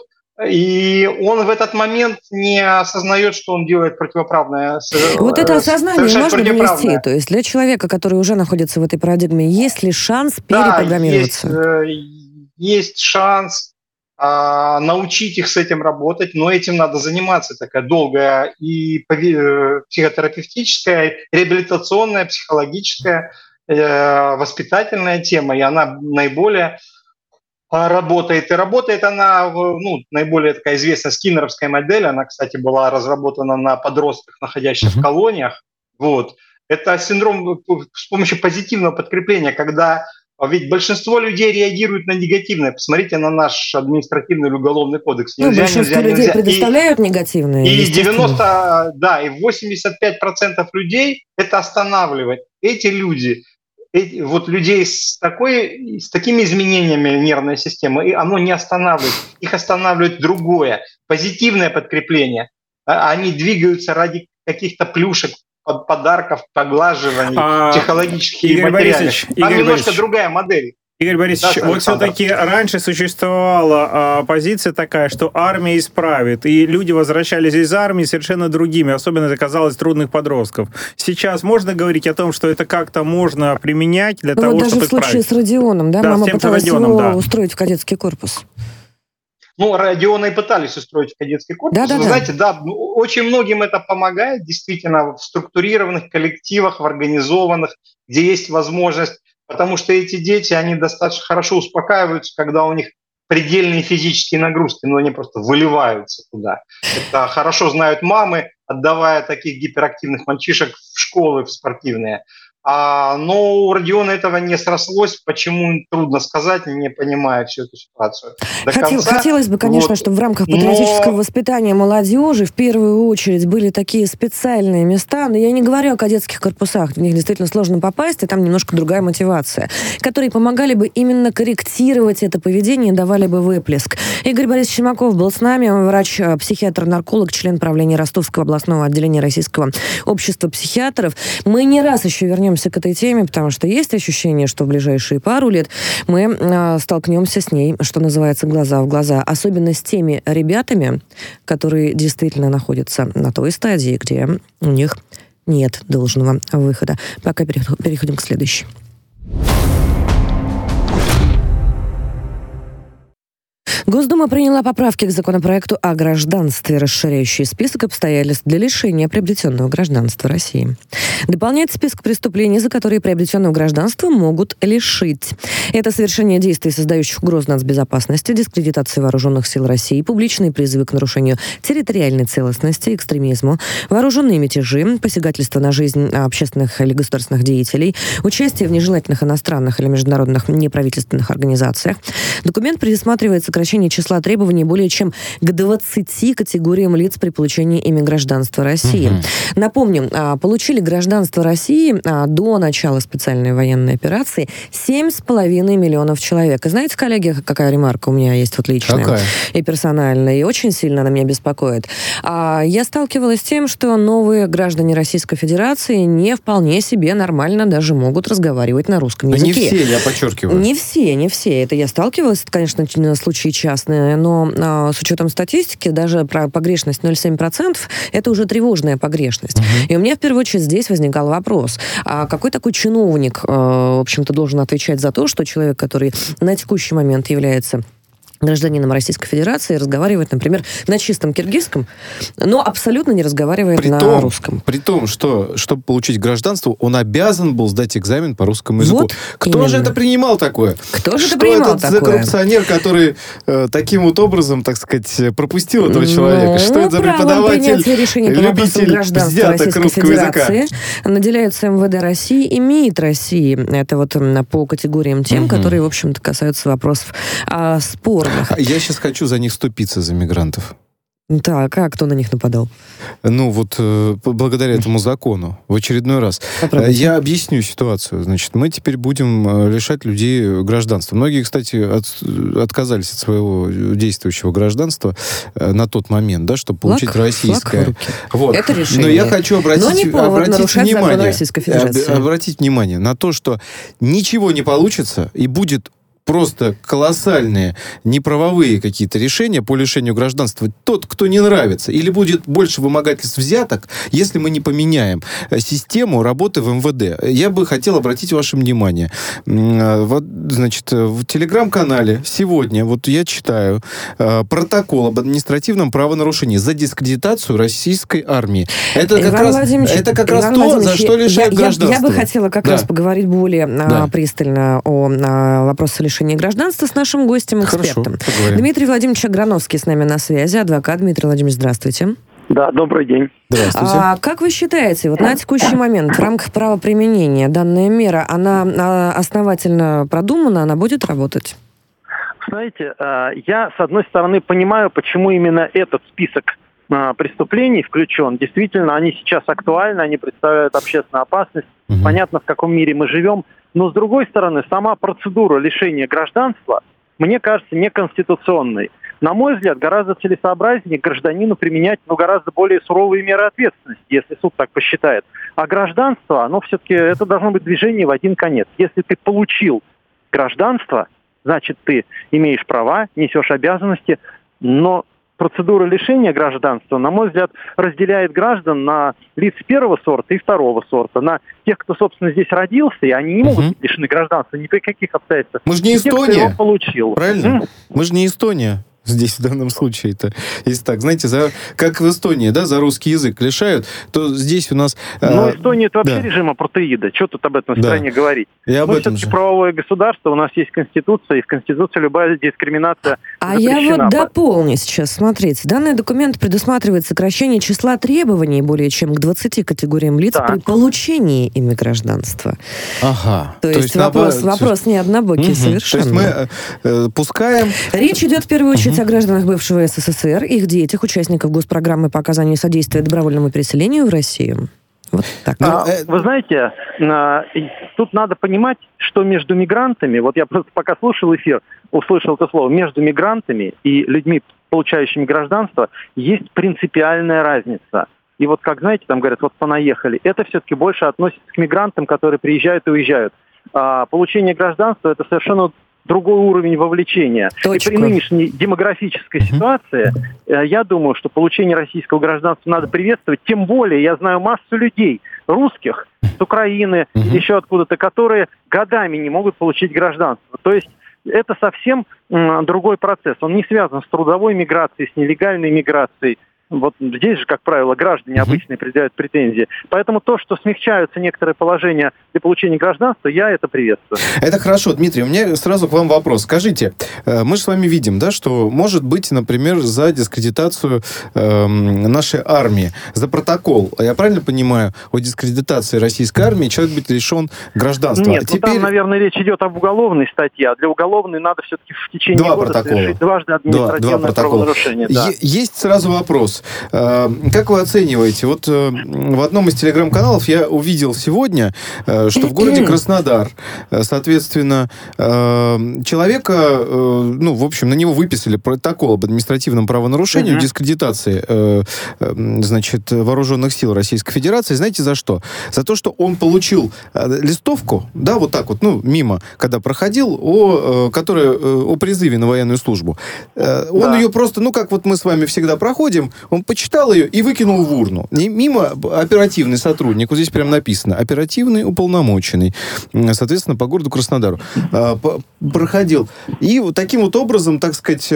и он в этот момент не осознает, что он делает противоправное. Вот это осознание можно донести? То есть для человека, который уже находится в этой парадигме, есть ли шанс перепрограммироваться? Да, есть, есть шанс а, научить их с этим работать, но этим надо заниматься. Такая долгая и психотерапевтическая, реабилитационная, психологическая, э, воспитательная тема, и она наиболее работает. И работает она, ну, наиболее такая известная скиннеровская модель, она, кстати, была разработана на подростках, находящихся в колониях. Вот. Это синдром с помощью позитивного подкрепления, когда ведь большинство людей реагируют на негативное. Посмотрите на наш административный или уголовный кодекс. Нельзя, ну, большинство нельзя, людей нельзя. предоставляют и, негативные. И девяносто, да, и восемьдесят пять процентов людей это останавливает. Эти люди, эти, вот людей с, такой, с такими изменениями нервной системы, и оно не останавливает. Их останавливает другое, позитивное подкрепление. Они двигаются ради каких-то плюшек, подарков, поглаживаний, а, психологических и материальных. Там Игорь немножко Борисович, другая модель. Игорь Борисович, да, вот все-таки раньше существовала а, позиция такая, что армия исправит, и люди возвращались из армии совершенно другими, особенно это казалось трудных подростков. Сейчас можно говорить о том, что это как-то можно применять для ну, того, вот чтобы даже в случае исправить? с Родионом, да, да мама пыталась Родионом, его да. устроить в кадетский корпус. Ну, Родиона и пытались устроить в кадетский корпус. Да, да, Вы да. знаете, да, очень многим это помогает, действительно, в структурированных коллективах, в организованных, где есть возможность, потому что эти дети, они достаточно хорошо успокаиваются, когда у них предельные физические нагрузки, но они просто выливаются туда. Это хорошо знают мамы, отдавая таких гиперактивных мальчишек в школы, в спортивные. А, но у Родиона этого не срослось. Почему, трудно сказать, не понимая всю эту ситуацию. Хотел, хотелось бы, конечно, вот, чтобы в рамках патриотического но... воспитания молодежи в первую очередь были такие специальные места, но я не говорю о кадетских корпусах, в них действительно сложно попасть, и там немножко другая мотивация, которые помогали бы именно корректировать это поведение и давали бы выплеск. Игорь Борисович Симаков был с нами, он врач-психиатр-нарколог, член правления Ростовского областного отделения Российского общества психиатров. Мы не раз еще вернемся к этой теме, потому что есть ощущение, что в ближайшие пару лет мы э, столкнемся с ней, что называется, глаза в глаза. Особенно с теми ребятами, которые действительно находятся на той стадии, где у них нет должного выхода. Пока переходим к следующей. Госдума приняла поправки к законопроекту о гражданстве, расширяющий список обстоятельств для лишения приобретенного гражданства России. Дополняет список преступлений, за которые приобретенного гражданства могут лишить. Это совершение действий, создающих угрозу нацбезопасности, дискредитации вооруженных сил России, публичные призывы к нарушению территориальной целостности, экстремизму, вооруженные мятежи, посягательство на жизнь общественных или государственных деятелей, участие в нежелательных иностранных или международных неправительственных организациях. Документ предусматривает сокращение числа требований более чем к двадцати категориям лиц при получении ими гражданства России. Угу. Напомним, получили гражданство России до начала специальной военной операции семь с половиной миллионов человек. И знаете, коллеги, какая ремарка у меня есть вот личная какая? И персональная, и очень сильно она меня беспокоит. Я сталкивалась с тем, что новые граждане Российской Федерации не вполне себе нормально даже могут разговаривать на русском языке. Не все, я подчеркиваю. Не все, не все. Это я сталкивалась, это, конечно, случаи частные, но а, с учетом статистики, даже про погрешность ноль целых семь десятых процента это уже тревожная погрешность. Uh-huh. И у меня в первую очередь здесь возникал вопрос, а какой такой чиновник, а, в общем-то, должен отвечать за то, что человек, который на текущий момент является гражданином Российской Федерации, разговаривает, например, на чистом киргизском, но абсолютно не разговаривает при на том, русском. При том, что, чтобы получить гражданство, он обязан был сдать экзамен по русскому языку. Вот Кто именно. же это принимал такое? Кто же что это принимал этот такое? за коррупционер, который э, таким вот образом, так сказать, пропустил этого человека? Ну, что это за преподаватель, любитель взяток русского языка? Наделяются эм вэ дэ России и МИД России. Это вот по категориям тем, угу. которые, в общем-то, касаются вопросов а, спора. Я сейчас хочу за них вступиться, за мигрантов. Так, а кто на них нападал? Ну, вот э, благодаря этому закону, в очередной раз. Попробуйте. Я объясню ситуацию. Значит, мы теперь будем лишать людей гражданства. Многие, кстати, от, отказались от своего действующего гражданства э, на тот момент, да, чтобы получить флаг, российское. Флаг вот. Это решение. Но я хочу обратить, обратить внимание, об, обратить внимание на то, что ничего не получится и будет просто колоссальные неправовые какие-то решения по лишению гражданства. Тот, кто не нравится, или будет больше вымогательств взяток, если мы не поменяем систему работы в эм вэ дэ. Я бы хотел обратить ваше внимание. Вот, значит, в телеграм-канале сегодня, вот я читаю, протокол об административном правонарушении за дискредитацию российской армии. Это как раз, это как раз то, за что лишают я, гражданства. Я, я бы хотела как да. раз поговорить более да. пристально о, о вопросе лишения гражданства с нашим гостем-экспертом. Хорошо, Дмитрий Владимирович Аграновский с нами на связи, адвокат. Дмитрий Владимирович, здравствуйте. Да, добрый день. Здравствуйте. А как вы считаете, вот на текущий момент в рамках правоприменения данная мера, она основательно продумана, она будет работать? Знаете, я, с одной стороны, понимаю, почему именно этот список преступлений включен. Действительно, они сейчас актуальны, они представляют общественную опасность. Угу. Понятно, в каком мире мы живем. Но, с другой стороны, сама процедура лишения гражданства, мне кажется, неконституционной. На мой взгляд, гораздо целесообразнее гражданину применять ну, гораздо более суровые меры ответственности, если суд так посчитает. А гражданство, оно все-таки, это должно быть движение в один конец. Если ты получил гражданство, значит, ты имеешь права, несешь обязанности, но процедура лишения гражданства, на мой взгляд, разделяет граждан на лиц первого сорта и второго сорта, на тех, кто, собственно, здесь родился, и они не могут быть лишены гражданства ни при каких обстоятельствах. Мы же не Эстония. Тех, кто его получил. Правильно? М? Мы же не Эстония. Здесь в данном случае-то. Если так, знаете, за, как в Эстонии, да, за русский язык лишают, то здесь у нас... Ну, э, Эстония это вообще да. режим апартеида. Что тут об этом в да. стране говорить? И об Мы этом все-таки же. правовое государство, у нас есть Конституция, и в Конституции любая дискриминация А запрещена. я вот дополню сейчас. Смотрите, данный документ предусматривает сокращение числа требований более чем к двадцати категориям лиц Так. при получении ими гражданства. Ага. То, То есть, есть вопрос, на... вопрос не однобокий угу. совершенно. То есть мы э, пускаем... Речь идет в первую очередь угу. о гражданах бывшего эс эс эс эр, их детях, участников госпрограммы по оказанию содействия добровольному переселению в Россию. Вот так. А, вы знаете, тут надо понимать, что между мигрантами, вот я просто пока слушал эфир, услышал это слово, между мигрантами и людьми, получающими гражданство, есть принципиальная разница. И вот, как знаете, там говорят, вот понаехали, это все-таки больше относится к мигрантам, которые приезжают и уезжают. А получение гражданства – это совершенно другой уровень вовлечения. Точку. И при нынешней демографической ситуации, э, я думаю, что получение российского гражданства надо приветствовать. Тем более, я знаю массу людей, русских с Украины, угу. еще откуда-то, которые годами не могут получить гражданство. То есть это совсем м, другой процесс. Он не связан с трудовой миграцией, с нелегальной миграцией. Вот здесь же, как правило, граждане uh-huh. обычные предъявляют претензии. Поэтому то, что смягчаются некоторые положения для получения гражданства, я это приветствую. Это хорошо, Дмитрий. У меня сразу к вам вопрос. Скажите, мы же с вами видим, да, что может быть, например, за дискредитацию э, нашей армии, за протокол, я правильно понимаю, о дискредитации российской армии человек будет лишен гражданства? Нет, а теперь... ну там, наверное, речь идет об уголовной статье, а для уголовной надо все-таки в течение два года протокола. совершить дважды административное правонарушение. Да. Есть сразу вопрос. Как вы оцениваете? Вот в одном из телеграм-каналов я увидел сегодня, что в городе Краснодар, соответственно, человека, ну, в общем, на него выписали протокол об административном правонарушении, uh-huh. дискредитации, значит, вооруженных сил Российской Федерации. Знаете, за что? За то, что он получил листовку, да, вот так вот, ну, мимо, когда проходил, о, которая, о призыве на военную службу. Он да. ее просто, ну, как вот мы с вами всегда проходим, он почитал ее и выкинул в урну. И мимо оперативный сотрудник, вот здесь прям написано, оперативный уполномоченный, соответственно, по городу Краснодару, проходил. И вот таким вот образом, так сказать...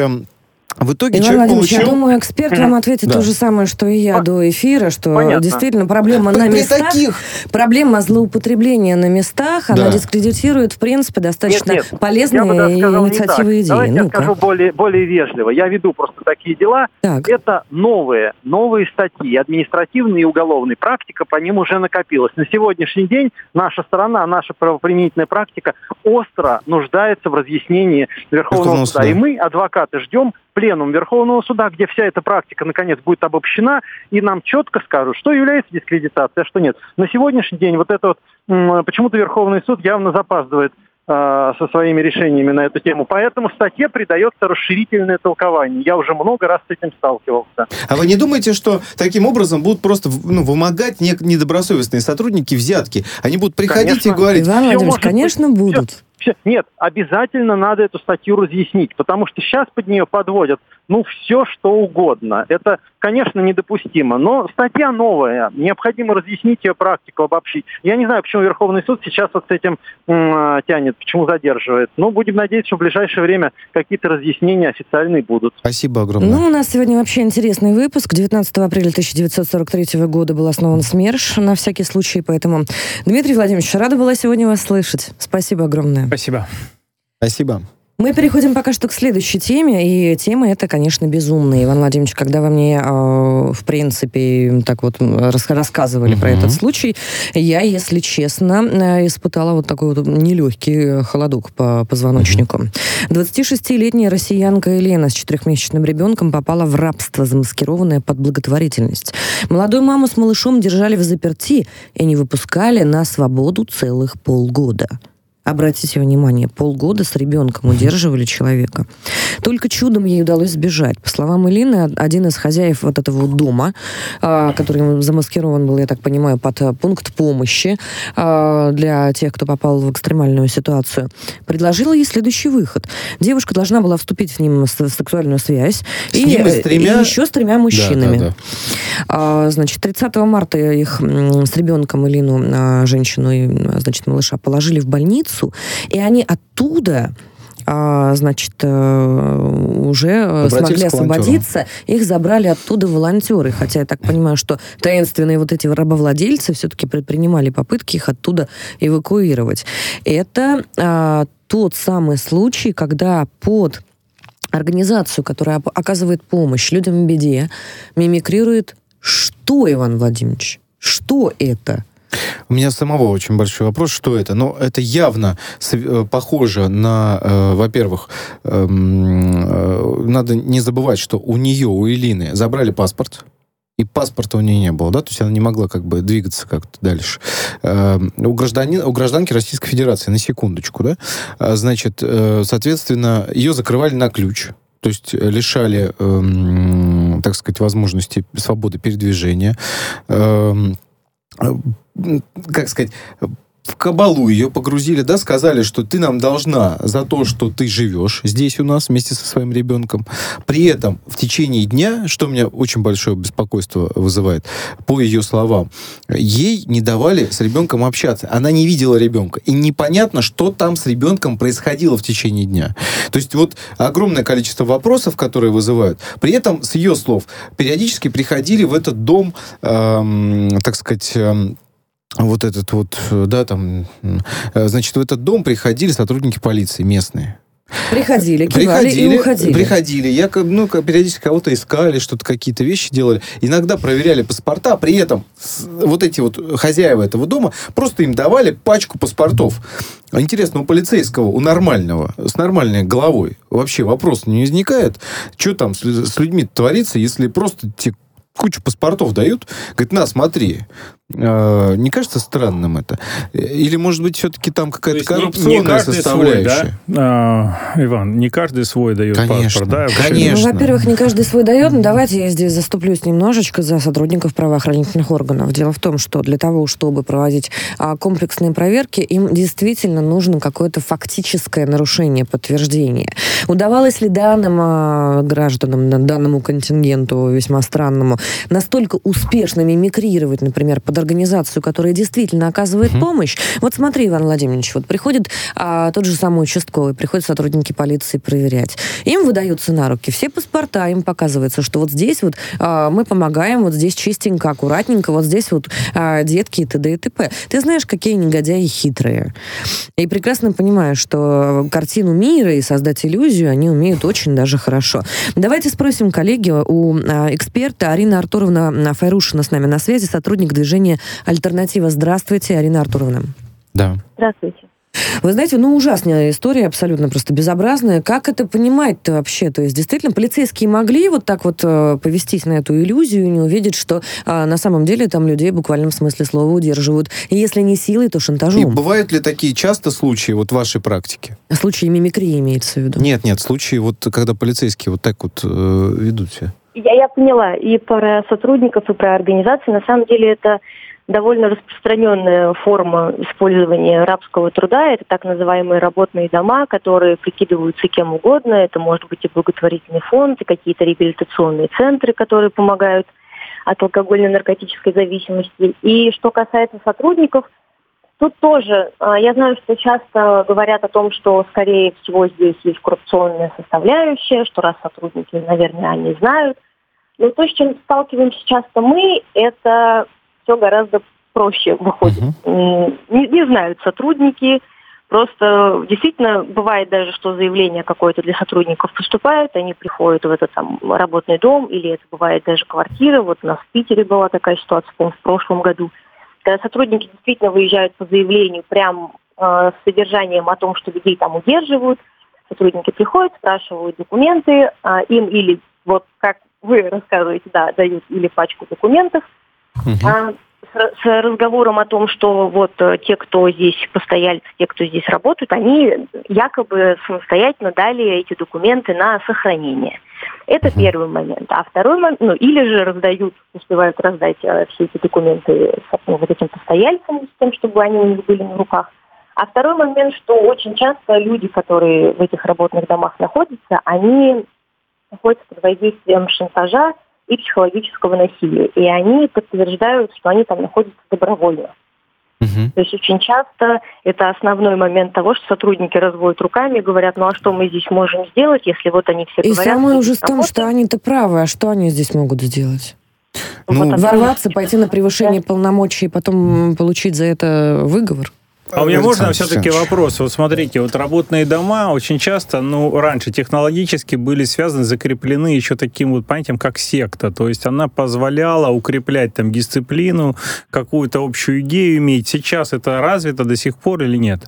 В итоге Иван человек Владимирович, получил... я думаю, эксперт вам ответит да. то же самое, что и я до эфира, что Понятно. действительно проблема При на местах, таких... проблема злоупотребления на местах, да. она дискредитирует, в принципе, достаточно нет, нет. полезные инициативы и идеи. Давайте Ну-ка. я скажу более, более вежливо. Я веду просто такие дела. Так. Это новые, новые статьи, административные и уголовные. Практика по ним уже накопилась. На сегодняшний день наша сторона, наша правоприменительная практика остро нуждается в разъяснении Верховного, Верховного суда. суда. И мы, адвокаты, ждем пленум Верховного суда, где вся эта практика, наконец, будет обобщена, и нам четко скажут, что является дискредитацией, а что нет. На сегодняшний день вот это вот, м- почему-то Верховный суд явно запаздывает э- со своими решениями на эту тему. Поэтому статье придается расширительное толкование. Я уже много раз с этим сталкивался. А вы не думаете, что таким образом будут просто ну, вымогать не- недобросовестные сотрудники взятки? Они будут приходить конечно. и говорить... Иван Владимирович, конечно, быть. будут. Все. Нет, обязательно надо эту статью разъяснить, потому что сейчас под нее подводят, ну, все, что угодно. Это, конечно, недопустимо, но статья новая, необходимо разъяснить ее практику, обобщить. Я не знаю, почему Верховный суд сейчас вот с этим м- тянет, почему задерживает. Но будем надеяться, что в ближайшее время какие-то разъяснения официальные будут. Спасибо огромное. Ну, у нас сегодня вообще интересный выпуск. девятнадцатого апреля тысяча девятьсот сорок третьего года был основан СМЕРШ, на всякий случай, поэтому, Дмитрий Владимирович, рада была сегодня вас слышать. Спасибо огромное. Спасибо. Спасибо. Мы переходим пока что к следующей теме, и тема эта, конечно, безумная. Иван Владимирович, когда вы мне, э, в принципе, так вот рас- рассказывали uh-huh. про этот случай, я, если честно, э, испытала вот такой вот нелегкий холодок по позвоночнику. Uh-huh. двадцатишестилетняя россиянка Елена с четырехмесячным ребенком попала в рабство, замаскированное под благотворительность. Молодую маму с малышом держали в заперти и не выпускали на свободу целых полгода. Обратите внимание, полгода с ребенком удерживали человека. Только чудом ей удалось сбежать. По словам Елены, один из хозяев вот этого вот дома, который замаскирован был, я так понимаю, под пункт помощи для тех, кто попал в экстремальную ситуацию, предложил ей следующий выход. Девушка должна была вступить с ним в сексуальную связь. С и, ним и, с тремя... и еще с тремя мужчинами. Да, да, да. Значит, тридцатого марта их с ребенком Елену, женщину и, значит, малыша, положили в больницу, и они оттуда, а, значит, уже Обратились смогли освободиться. Их забрали оттуда волонтеры. Хотя я так понимаю, что таинственные вот эти рабовладельцы все-таки предпринимали попытки их оттуда эвакуировать. Это а, тот самый случай, когда под организацию, которая оказывает помощь людям в беде, мимикрирует что, Иван Владимирович? Что это? У меня самого очень большой вопрос, что это? Но это явно похоже на, э, во-первых, э, э, надо не забывать, что у нее, у Элины, забрали паспорт, и паспорта у нее не было, да, то есть она не могла как бы двигаться как-то дальше. Э, у, гражданин, у гражданки Российской Федерации, на секундочку, да, значит, э, соответственно, ее закрывали на ключ, то есть лишали, э, так сказать, возможности свободы передвижения, э, как сказать, в кабалу ее погрузили, да, сказали, что ты нам должна за то, что ты живешь здесь у нас вместе со своим ребенком. При этом в течение дня, что у меня очень большое беспокойство вызывает, по ее словам, ей не давали с ребенком общаться. Она не видела ребенка. И непонятно, что там с ребенком происходило в течение дня. То есть вот огромное количество вопросов, которые вызывают. При этом, с ее слов, периодически приходили в этот дом, эм, так сказать, эм, вот этот вот, да, там, значит, в этот дом приходили сотрудники полиции местные. Приходили, кивали приходили, и уходили. Приходили, я, ну, периодически кого-то искали, что-то, какие-то вещи делали. Иногда проверяли паспорта, при этом вот эти вот хозяева этого дома просто им давали пачку паспортов. Интересно, у полицейского, у нормального, с нормальной головой вообще вопрос не возникает, что там с, с людьми творится, если просто те кучу паспортов дают, говорит, на, смотри. Э, не кажется странным это? Или, может быть, все-таки там какая-то коррупционная не, не составляющая? Свой, да? а, Иван, не каждый свой дает конечно, паспорт, да? Конечно. Ну, во-первых, не каждый свой дает, но давайте я здесь заступлюсь немножечко за сотрудников правоохранительных органов. Дело в том, что для того, чтобы проводить а, комплексные проверки, им действительно нужно какое-то фактическое нарушение, подтверждение. Удавалось ли данным а, гражданам, данному контингенту весьма странному, настолько успешно мимикрировать, например, под организацию, которая действительно оказывает uh-huh. помощь? Вот смотри, Иван Владимирович, вот приходит а, тот же самый участковый, приходят сотрудники полиции проверять. Им выдаются на руки все паспорта, им показывается, что вот здесь вот а, мы помогаем, вот здесь чистенько, аккуратненько, вот здесь вот а, детки и т.д. и т.п. Ты знаешь, какие негодяи хитрые. И прекрасно понимаю, что картину мира и создать иллюзию они умеют очень даже хорошо. Давайте спросим коллеги у а, эксперта Арина Артуровна Файрушина с нами на связи, сотрудник движения «Альтернатива». Здравствуйте, Арина Артуровна. Да. Здравствуйте. Вы знаете, ну, ужасная история, абсолютно просто безобразная. Как это понимать-то вообще? То есть, действительно, полицейские могли вот так вот э, повестись на эту иллюзию и не увидеть, что э, на самом деле там людей в буквальном смысле слова удерживают. И если не силой, то шантажом. И бывают ли такие часто случаи вот в вашей практике? Случаи мимикрии имеется в виду? Нет, нет, случаи вот когда полицейские вот так вот э, ведут себя. Я, я поняла. И про сотрудников, и про организации. На самом деле это довольно распространенная форма использования рабского труда. Это так называемые работные дома, которые прикидываются кем угодно. Это может быть и благотворительный фонд, и какие-то реабилитационные центры, которые помогают от алкогольно-наркотической зависимости. И что касается сотрудников, тут тоже, я знаю, что часто говорят о том, что, скорее всего, здесь есть коррупционная составляющая, что раз сотрудники, наверное, они знают. Но то, с чем сталкиваемся часто мы, это все гораздо проще выходит. Uh-huh. Не, не знают сотрудники, просто действительно бывает даже, что заявление какое-то для сотрудников поступает, они приходят в этот там работный дом, или это бывает даже квартира. Вот у нас в Питере была такая ситуация, по-моему, в прошлом году, когда сотрудники действительно выезжают по заявлению прям э, с содержанием о том, что людей там удерживают. Сотрудники приходят, спрашивают документы, э, им или, вот как вы рассказываете, да, дают или пачку документов, uh-huh. а, с, с разговором о том, что вот те, кто здесь постояльцы, те, кто здесь работают, они якобы самостоятельно дали эти документы на сохранение. Это uh-huh. первый момент. А второй момент, ну, или же раздают, успевают раздать а, все эти документы ну, вот этим постояльцам, с тем, чтобы они у них были на руках. А второй момент, что очень часто люди, которые в этих работных домах находятся, они находятся под воздействием шантажа и психологического насилия. И они подтверждают, что они там находятся добровольно. Uh-huh. То есть очень часто это основной момент того, что сотрудники разводят руками и говорят, ну а что мы здесь можем сделать, если вот они все и говорят... И самое ужас в том, что они-то правы, а что они здесь могут сделать? Ну, вот ворваться, пойти на превышение да. полномочий и потом получить за это выговор? А у меня можно все-таки вопрос? Вот смотрите, вот работные дома очень часто, ну, раньше технологически были связаны, закреплены еще таким вот понятием, как секта. То есть она позволяла укреплять там дисциплину, какую-то общую идею иметь. Сейчас это развито до сих пор или нет?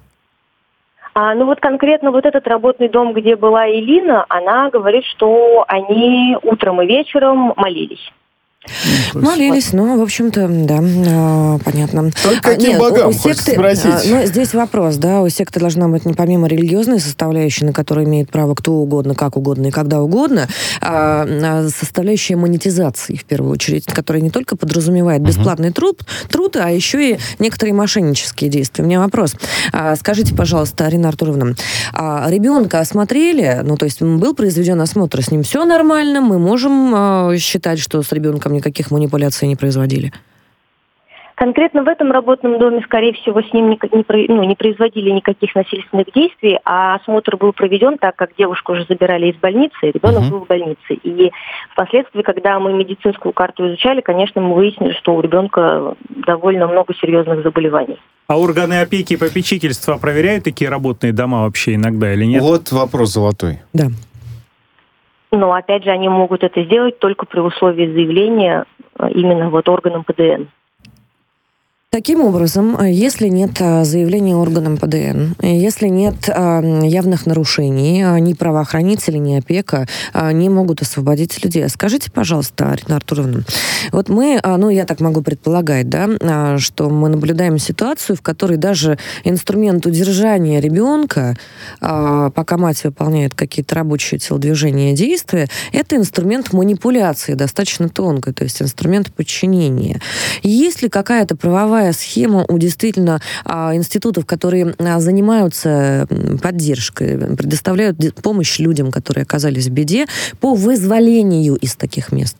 А, ну вот конкретно вот этот работный дом, где была Элина, она говорит, что они утром и вечером молились. Молились, но, в общем-то, да, э, понятно. Только каким Нет, богам, у хочется секты, спросить? Ну, здесь вопрос, да, у секты должна быть, помимо религиозной составляющей, на которую имеет право кто угодно, как угодно и когда угодно, а, составляющая монетизации, в первую очередь, которая не только подразумевает бесплатный труд, труд, а еще и некоторые мошеннические действия. У меня вопрос. А, скажите, пожалуйста, Арина Артуровна, а ребенка осмотрели, ну, то есть был произведен осмотр, с ним все нормально, мы можем а, считать, что с ребенком никаких манипуляций не производили? Конкретно в этом работном доме, скорее всего, с ним не, не, ну, не производили никаких насильственных действий, а осмотр был проведен, так как девушку уже забирали из больницы, и ребенок uh-huh. был в больнице. И впоследствии, когда мы медицинскую карту изучали, конечно, мы выяснили, что у ребенка довольно много серьезных заболеваний. А органы опеки и попечительства проверяют такие работные дома вообще иногда или нет? Вот вопрос золотой. Да. Но, опять же, они могут это сделать только при условии заявления именно вот органам ПДН. Таким образом, если нет заявления органам ПДН, если нет явных нарушений, ни правоохранители, ни опека не могут освободить людей. Скажите, пожалуйста, Арина Артуровна, вот мы, ну, я так могу предполагать, да, что мы наблюдаем ситуацию, в которой даже инструмент удержания ребенка, пока мать выполняет какие-то рабочие телодвижения и действия, это инструмент манипуляции, достаточно тонкой, то есть инструмент подчинения. Есть ли какая-то правовая схема у действительно а, институтов, которые а, занимаются поддержкой, предоставляют помощь людям, которые оказались в беде, по вызволению из таких мест?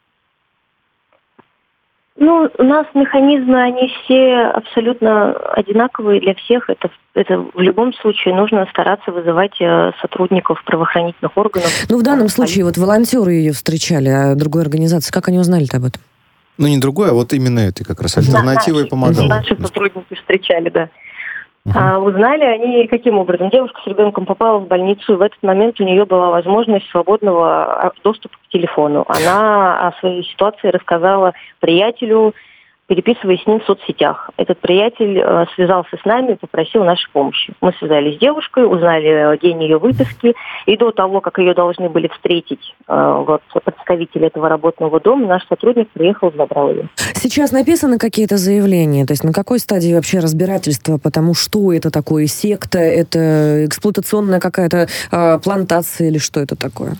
Ну, у нас механизмы, они все абсолютно одинаковые для всех. Это, это в любом случае нужно стараться вызывать сотрудников правоохранительных органов. Ну, в данном случае вот волонтеры ее встречали, а другой организации, как они узнали-то об этом? Ну, не другое, а вот именно это как раз альтернатива и помогала. Наши сотрудники встречали, да. Uh-huh. А узнали они каким образом? Девушка с ребенком попала в больницу, и в этот момент у нее была возможность свободного доступа к телефону. Она о своей ситуации рассказала приятелю, переписываясь с ним в соцсетях. Этот приятель э, связался с нами и попросил нашей помощи. Мы связались с девушкой, узнали день ее выписки, и до того, как ее должны были встретить э, вот, представители этого работного дома, наш сотрудник приехал и забрал ее. Сейчас написаны какие-то заявления? То есть на какой стадии вообще разбирательства? Потому что это такое? Секта? Это эксплуатационная какая-то э, плантация или что это такое?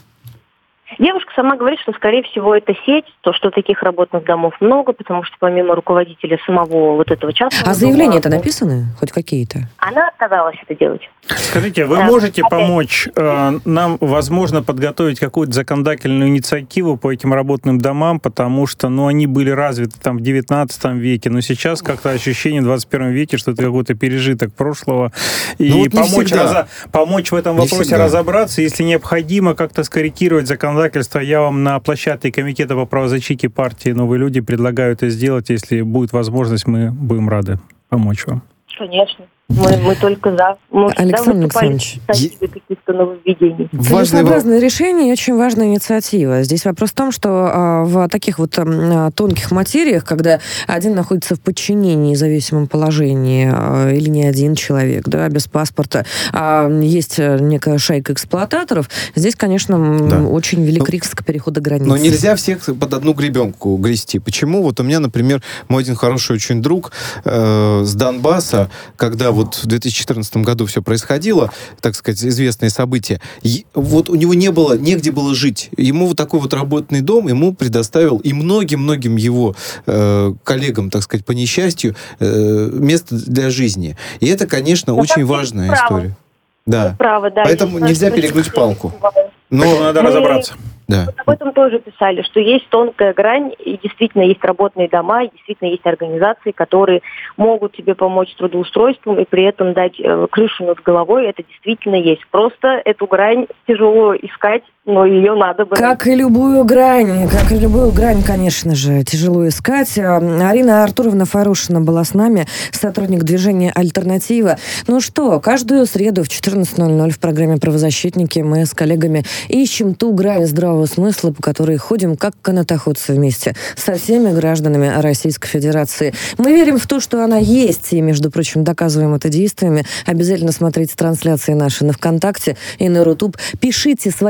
Девушка сама говорит, что, скорее всего, это сеть, то, что таких работных домов много, потому что помимо руководителя самого вот этого частного А заявления-то написаны? Хоть какие-то? Она отказалась это делать. Скажите, вы да. можете помочь э, нам, возможно, подготовить какую-то законодательную инициативу по этим работным домам, потому что, ну, они были развиты там в девятнадцатом веке, но сейчас как-то ощущение в двадцать первом веке, что это какой-то пережиток прошлого. И ну, вот помочь, разо- помочь в этом вопросе разобраться, если необходимо как-то скорректировать законодательство. Я вам на площадке Комитета по правозащите партии «Новые люди» предлагаю это сделать. Если будет возможность, мы будем рады помочь вам. Конечно. Мы, мы только за. Мы Александр Александрович, каких-то нововведений. Разнообразное решение и очень важная инициатива. Здесь вопрос в том, что а, в таких вот а, тонких материях, когда один находится в подчинении, зависимом положении, а, или не один человек, да, без паспорта, а есть некая шайка эксплуататоров, здесь, конечно, да. очень велик риск перехода границ. Но нельзя всех под одну гребенку грести. Почему? Вот у меня, например, мой один хороший очень друг э, с Донбасса, когда вот в две тысячи четырнадцатом году все происходило, так сказать, известные события, и вот у него не было, негде было жить. Ему вот такой вот работный дом ему предоставил и многим-многим его э, коллегам, так сказать, по несчастью, э, место для жизни. И это, конечно, Но очень важная право. история. Да. Право, да. Поэтому нельзя перегнуть палку. Но так надо Мы... разобраться. Да. Вот об этом тоже писали, что есть тонкая грань, и действительно есть работные дома, и действительно есть организации, которые могут тебе помочь с трудоустройством и при этом дать э, крышу над головой. Это действительно есть. Просто эту грань тяжело искать, но ее надо бы... Как и любую грань, как и любую грань, конечно же, тяжело искать. Арина Артуровна Фарушина была с нами, сотрудник движения «Альтернатива». Ну что, каждую среду в четырнадцать ноль ноль в программе «Правозащитники» мы с коллегами ищем ту грань здравого смысла, по которой ходим как канатоходцы вместе со всеми гражданами Российской Федерации. Мы верим в то, что она есть, и, между прочим, доказываем это действиями. Обязательно смотрите трансляции наши на ВКонтакте и на Рутуб. Пишите свое мнение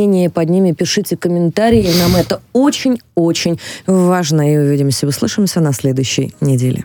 мнение под ними пишите комментарии. Нам это очень-очень важно. И увидимся, услышимся на следующей неделе.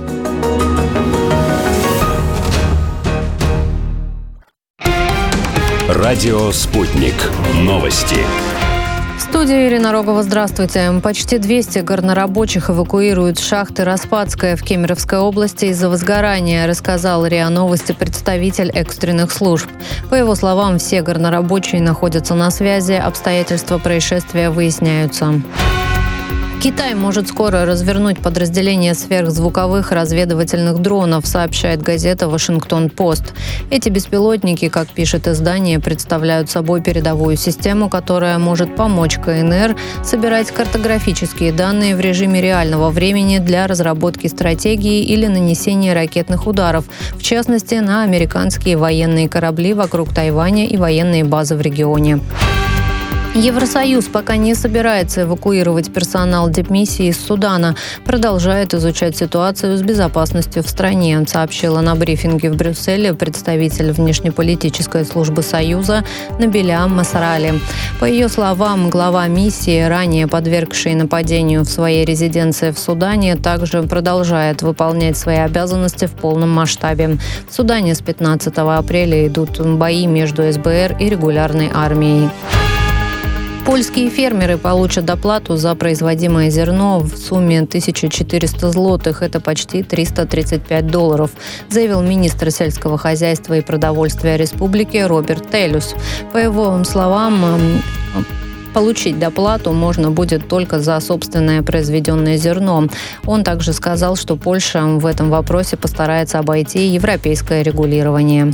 Радио «Спутник». Новости. В студии Ирина Рогова. Здравствуйте. Почти двести горнорабочих эвакуируют с шахты Распадская в Кемеровской области из-за возгорания, рассказал РИА Новости представитель экстренных служб. По его словам, все горнорабочие находятся на связи, обстоятельства происшествия выясняются. Китай может скоро развернуть подразделение сверхзвуковых разведывательных дронов, сообщает газета «Вашингтон-Пост». Эти беспилотники, как пишет издание, представляют собой передовую систему, которая может помочь КНР собирать картографические данные в режиме реального времени для разработки стратегии или нанесения ракетных ударов, в частности, на американские военные корабли вокруг Тайваня и военные базы в регионе. Евросоюз пока не собирается эвакуировать персонал дипмиссии из Судана, продолжает изучать ситуацию с безопасностью в стране, сообщила на брифинге в Брюсселе представитель внешнеполитической службы Союза Набиля Масрали. По ее словам, глава миссии, ранее подвергший нападению в своей резиденции в Судане, также продолжает выполнять свои обязанности в полном масштабе. В Судане с пятнадцатого апреля идут бои между СБР и регулярной армией. Польские фермеры получат доплату за производимое зерно в сумме тысяча четыреста злотых, это почти триста тридцать пять долларов, заявил министр сельского хозяйства и продовольствия республики Роберт Телюс. По его словам, получить доплату можно будет только за собственное произведенное зерно. Он также сказал, что Польша в этом вопросе постарается обойти европейское регулирование.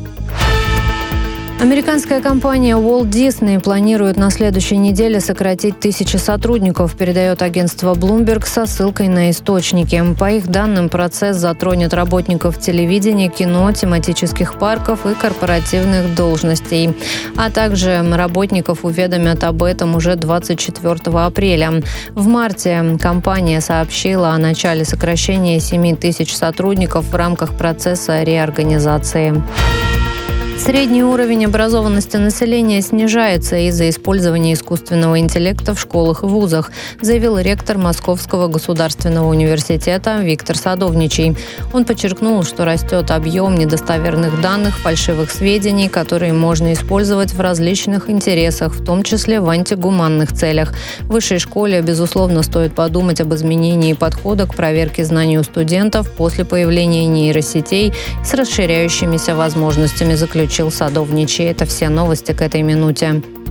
Американская компания Walt Disney планирует на следующей неделе сократить тысячи сотрудников, передает агентство Bloomberg со ссылкой на источники. По их данным, процесс затронет работников телевидения, кино, тематических парков и корпоративных должностей. А также работников уведомят об этом уже двадцать четвёртого апреля. В марте компания сообщила о начале сокращения семь тысяч сотрудников в рамках процесса реорганизации. Средний уровень образованности населения снижается из-за использования искусственного интеллекта в школах и вузах, заявил ректор Московского государственного университета Виктор Садовничий. Он подчеркнул, что растет объем недостоверных данных, фальшивых сведений, которые можно использовать в различных интересах, в том числе в антигуманных целях. В высшей школе, безусловно, стоит подумать об изменении подхода к проверке знаний у студентов после появления нейросетей с расширяющимися возможностями заключения. Садовничий. Это все новости к этой минуте.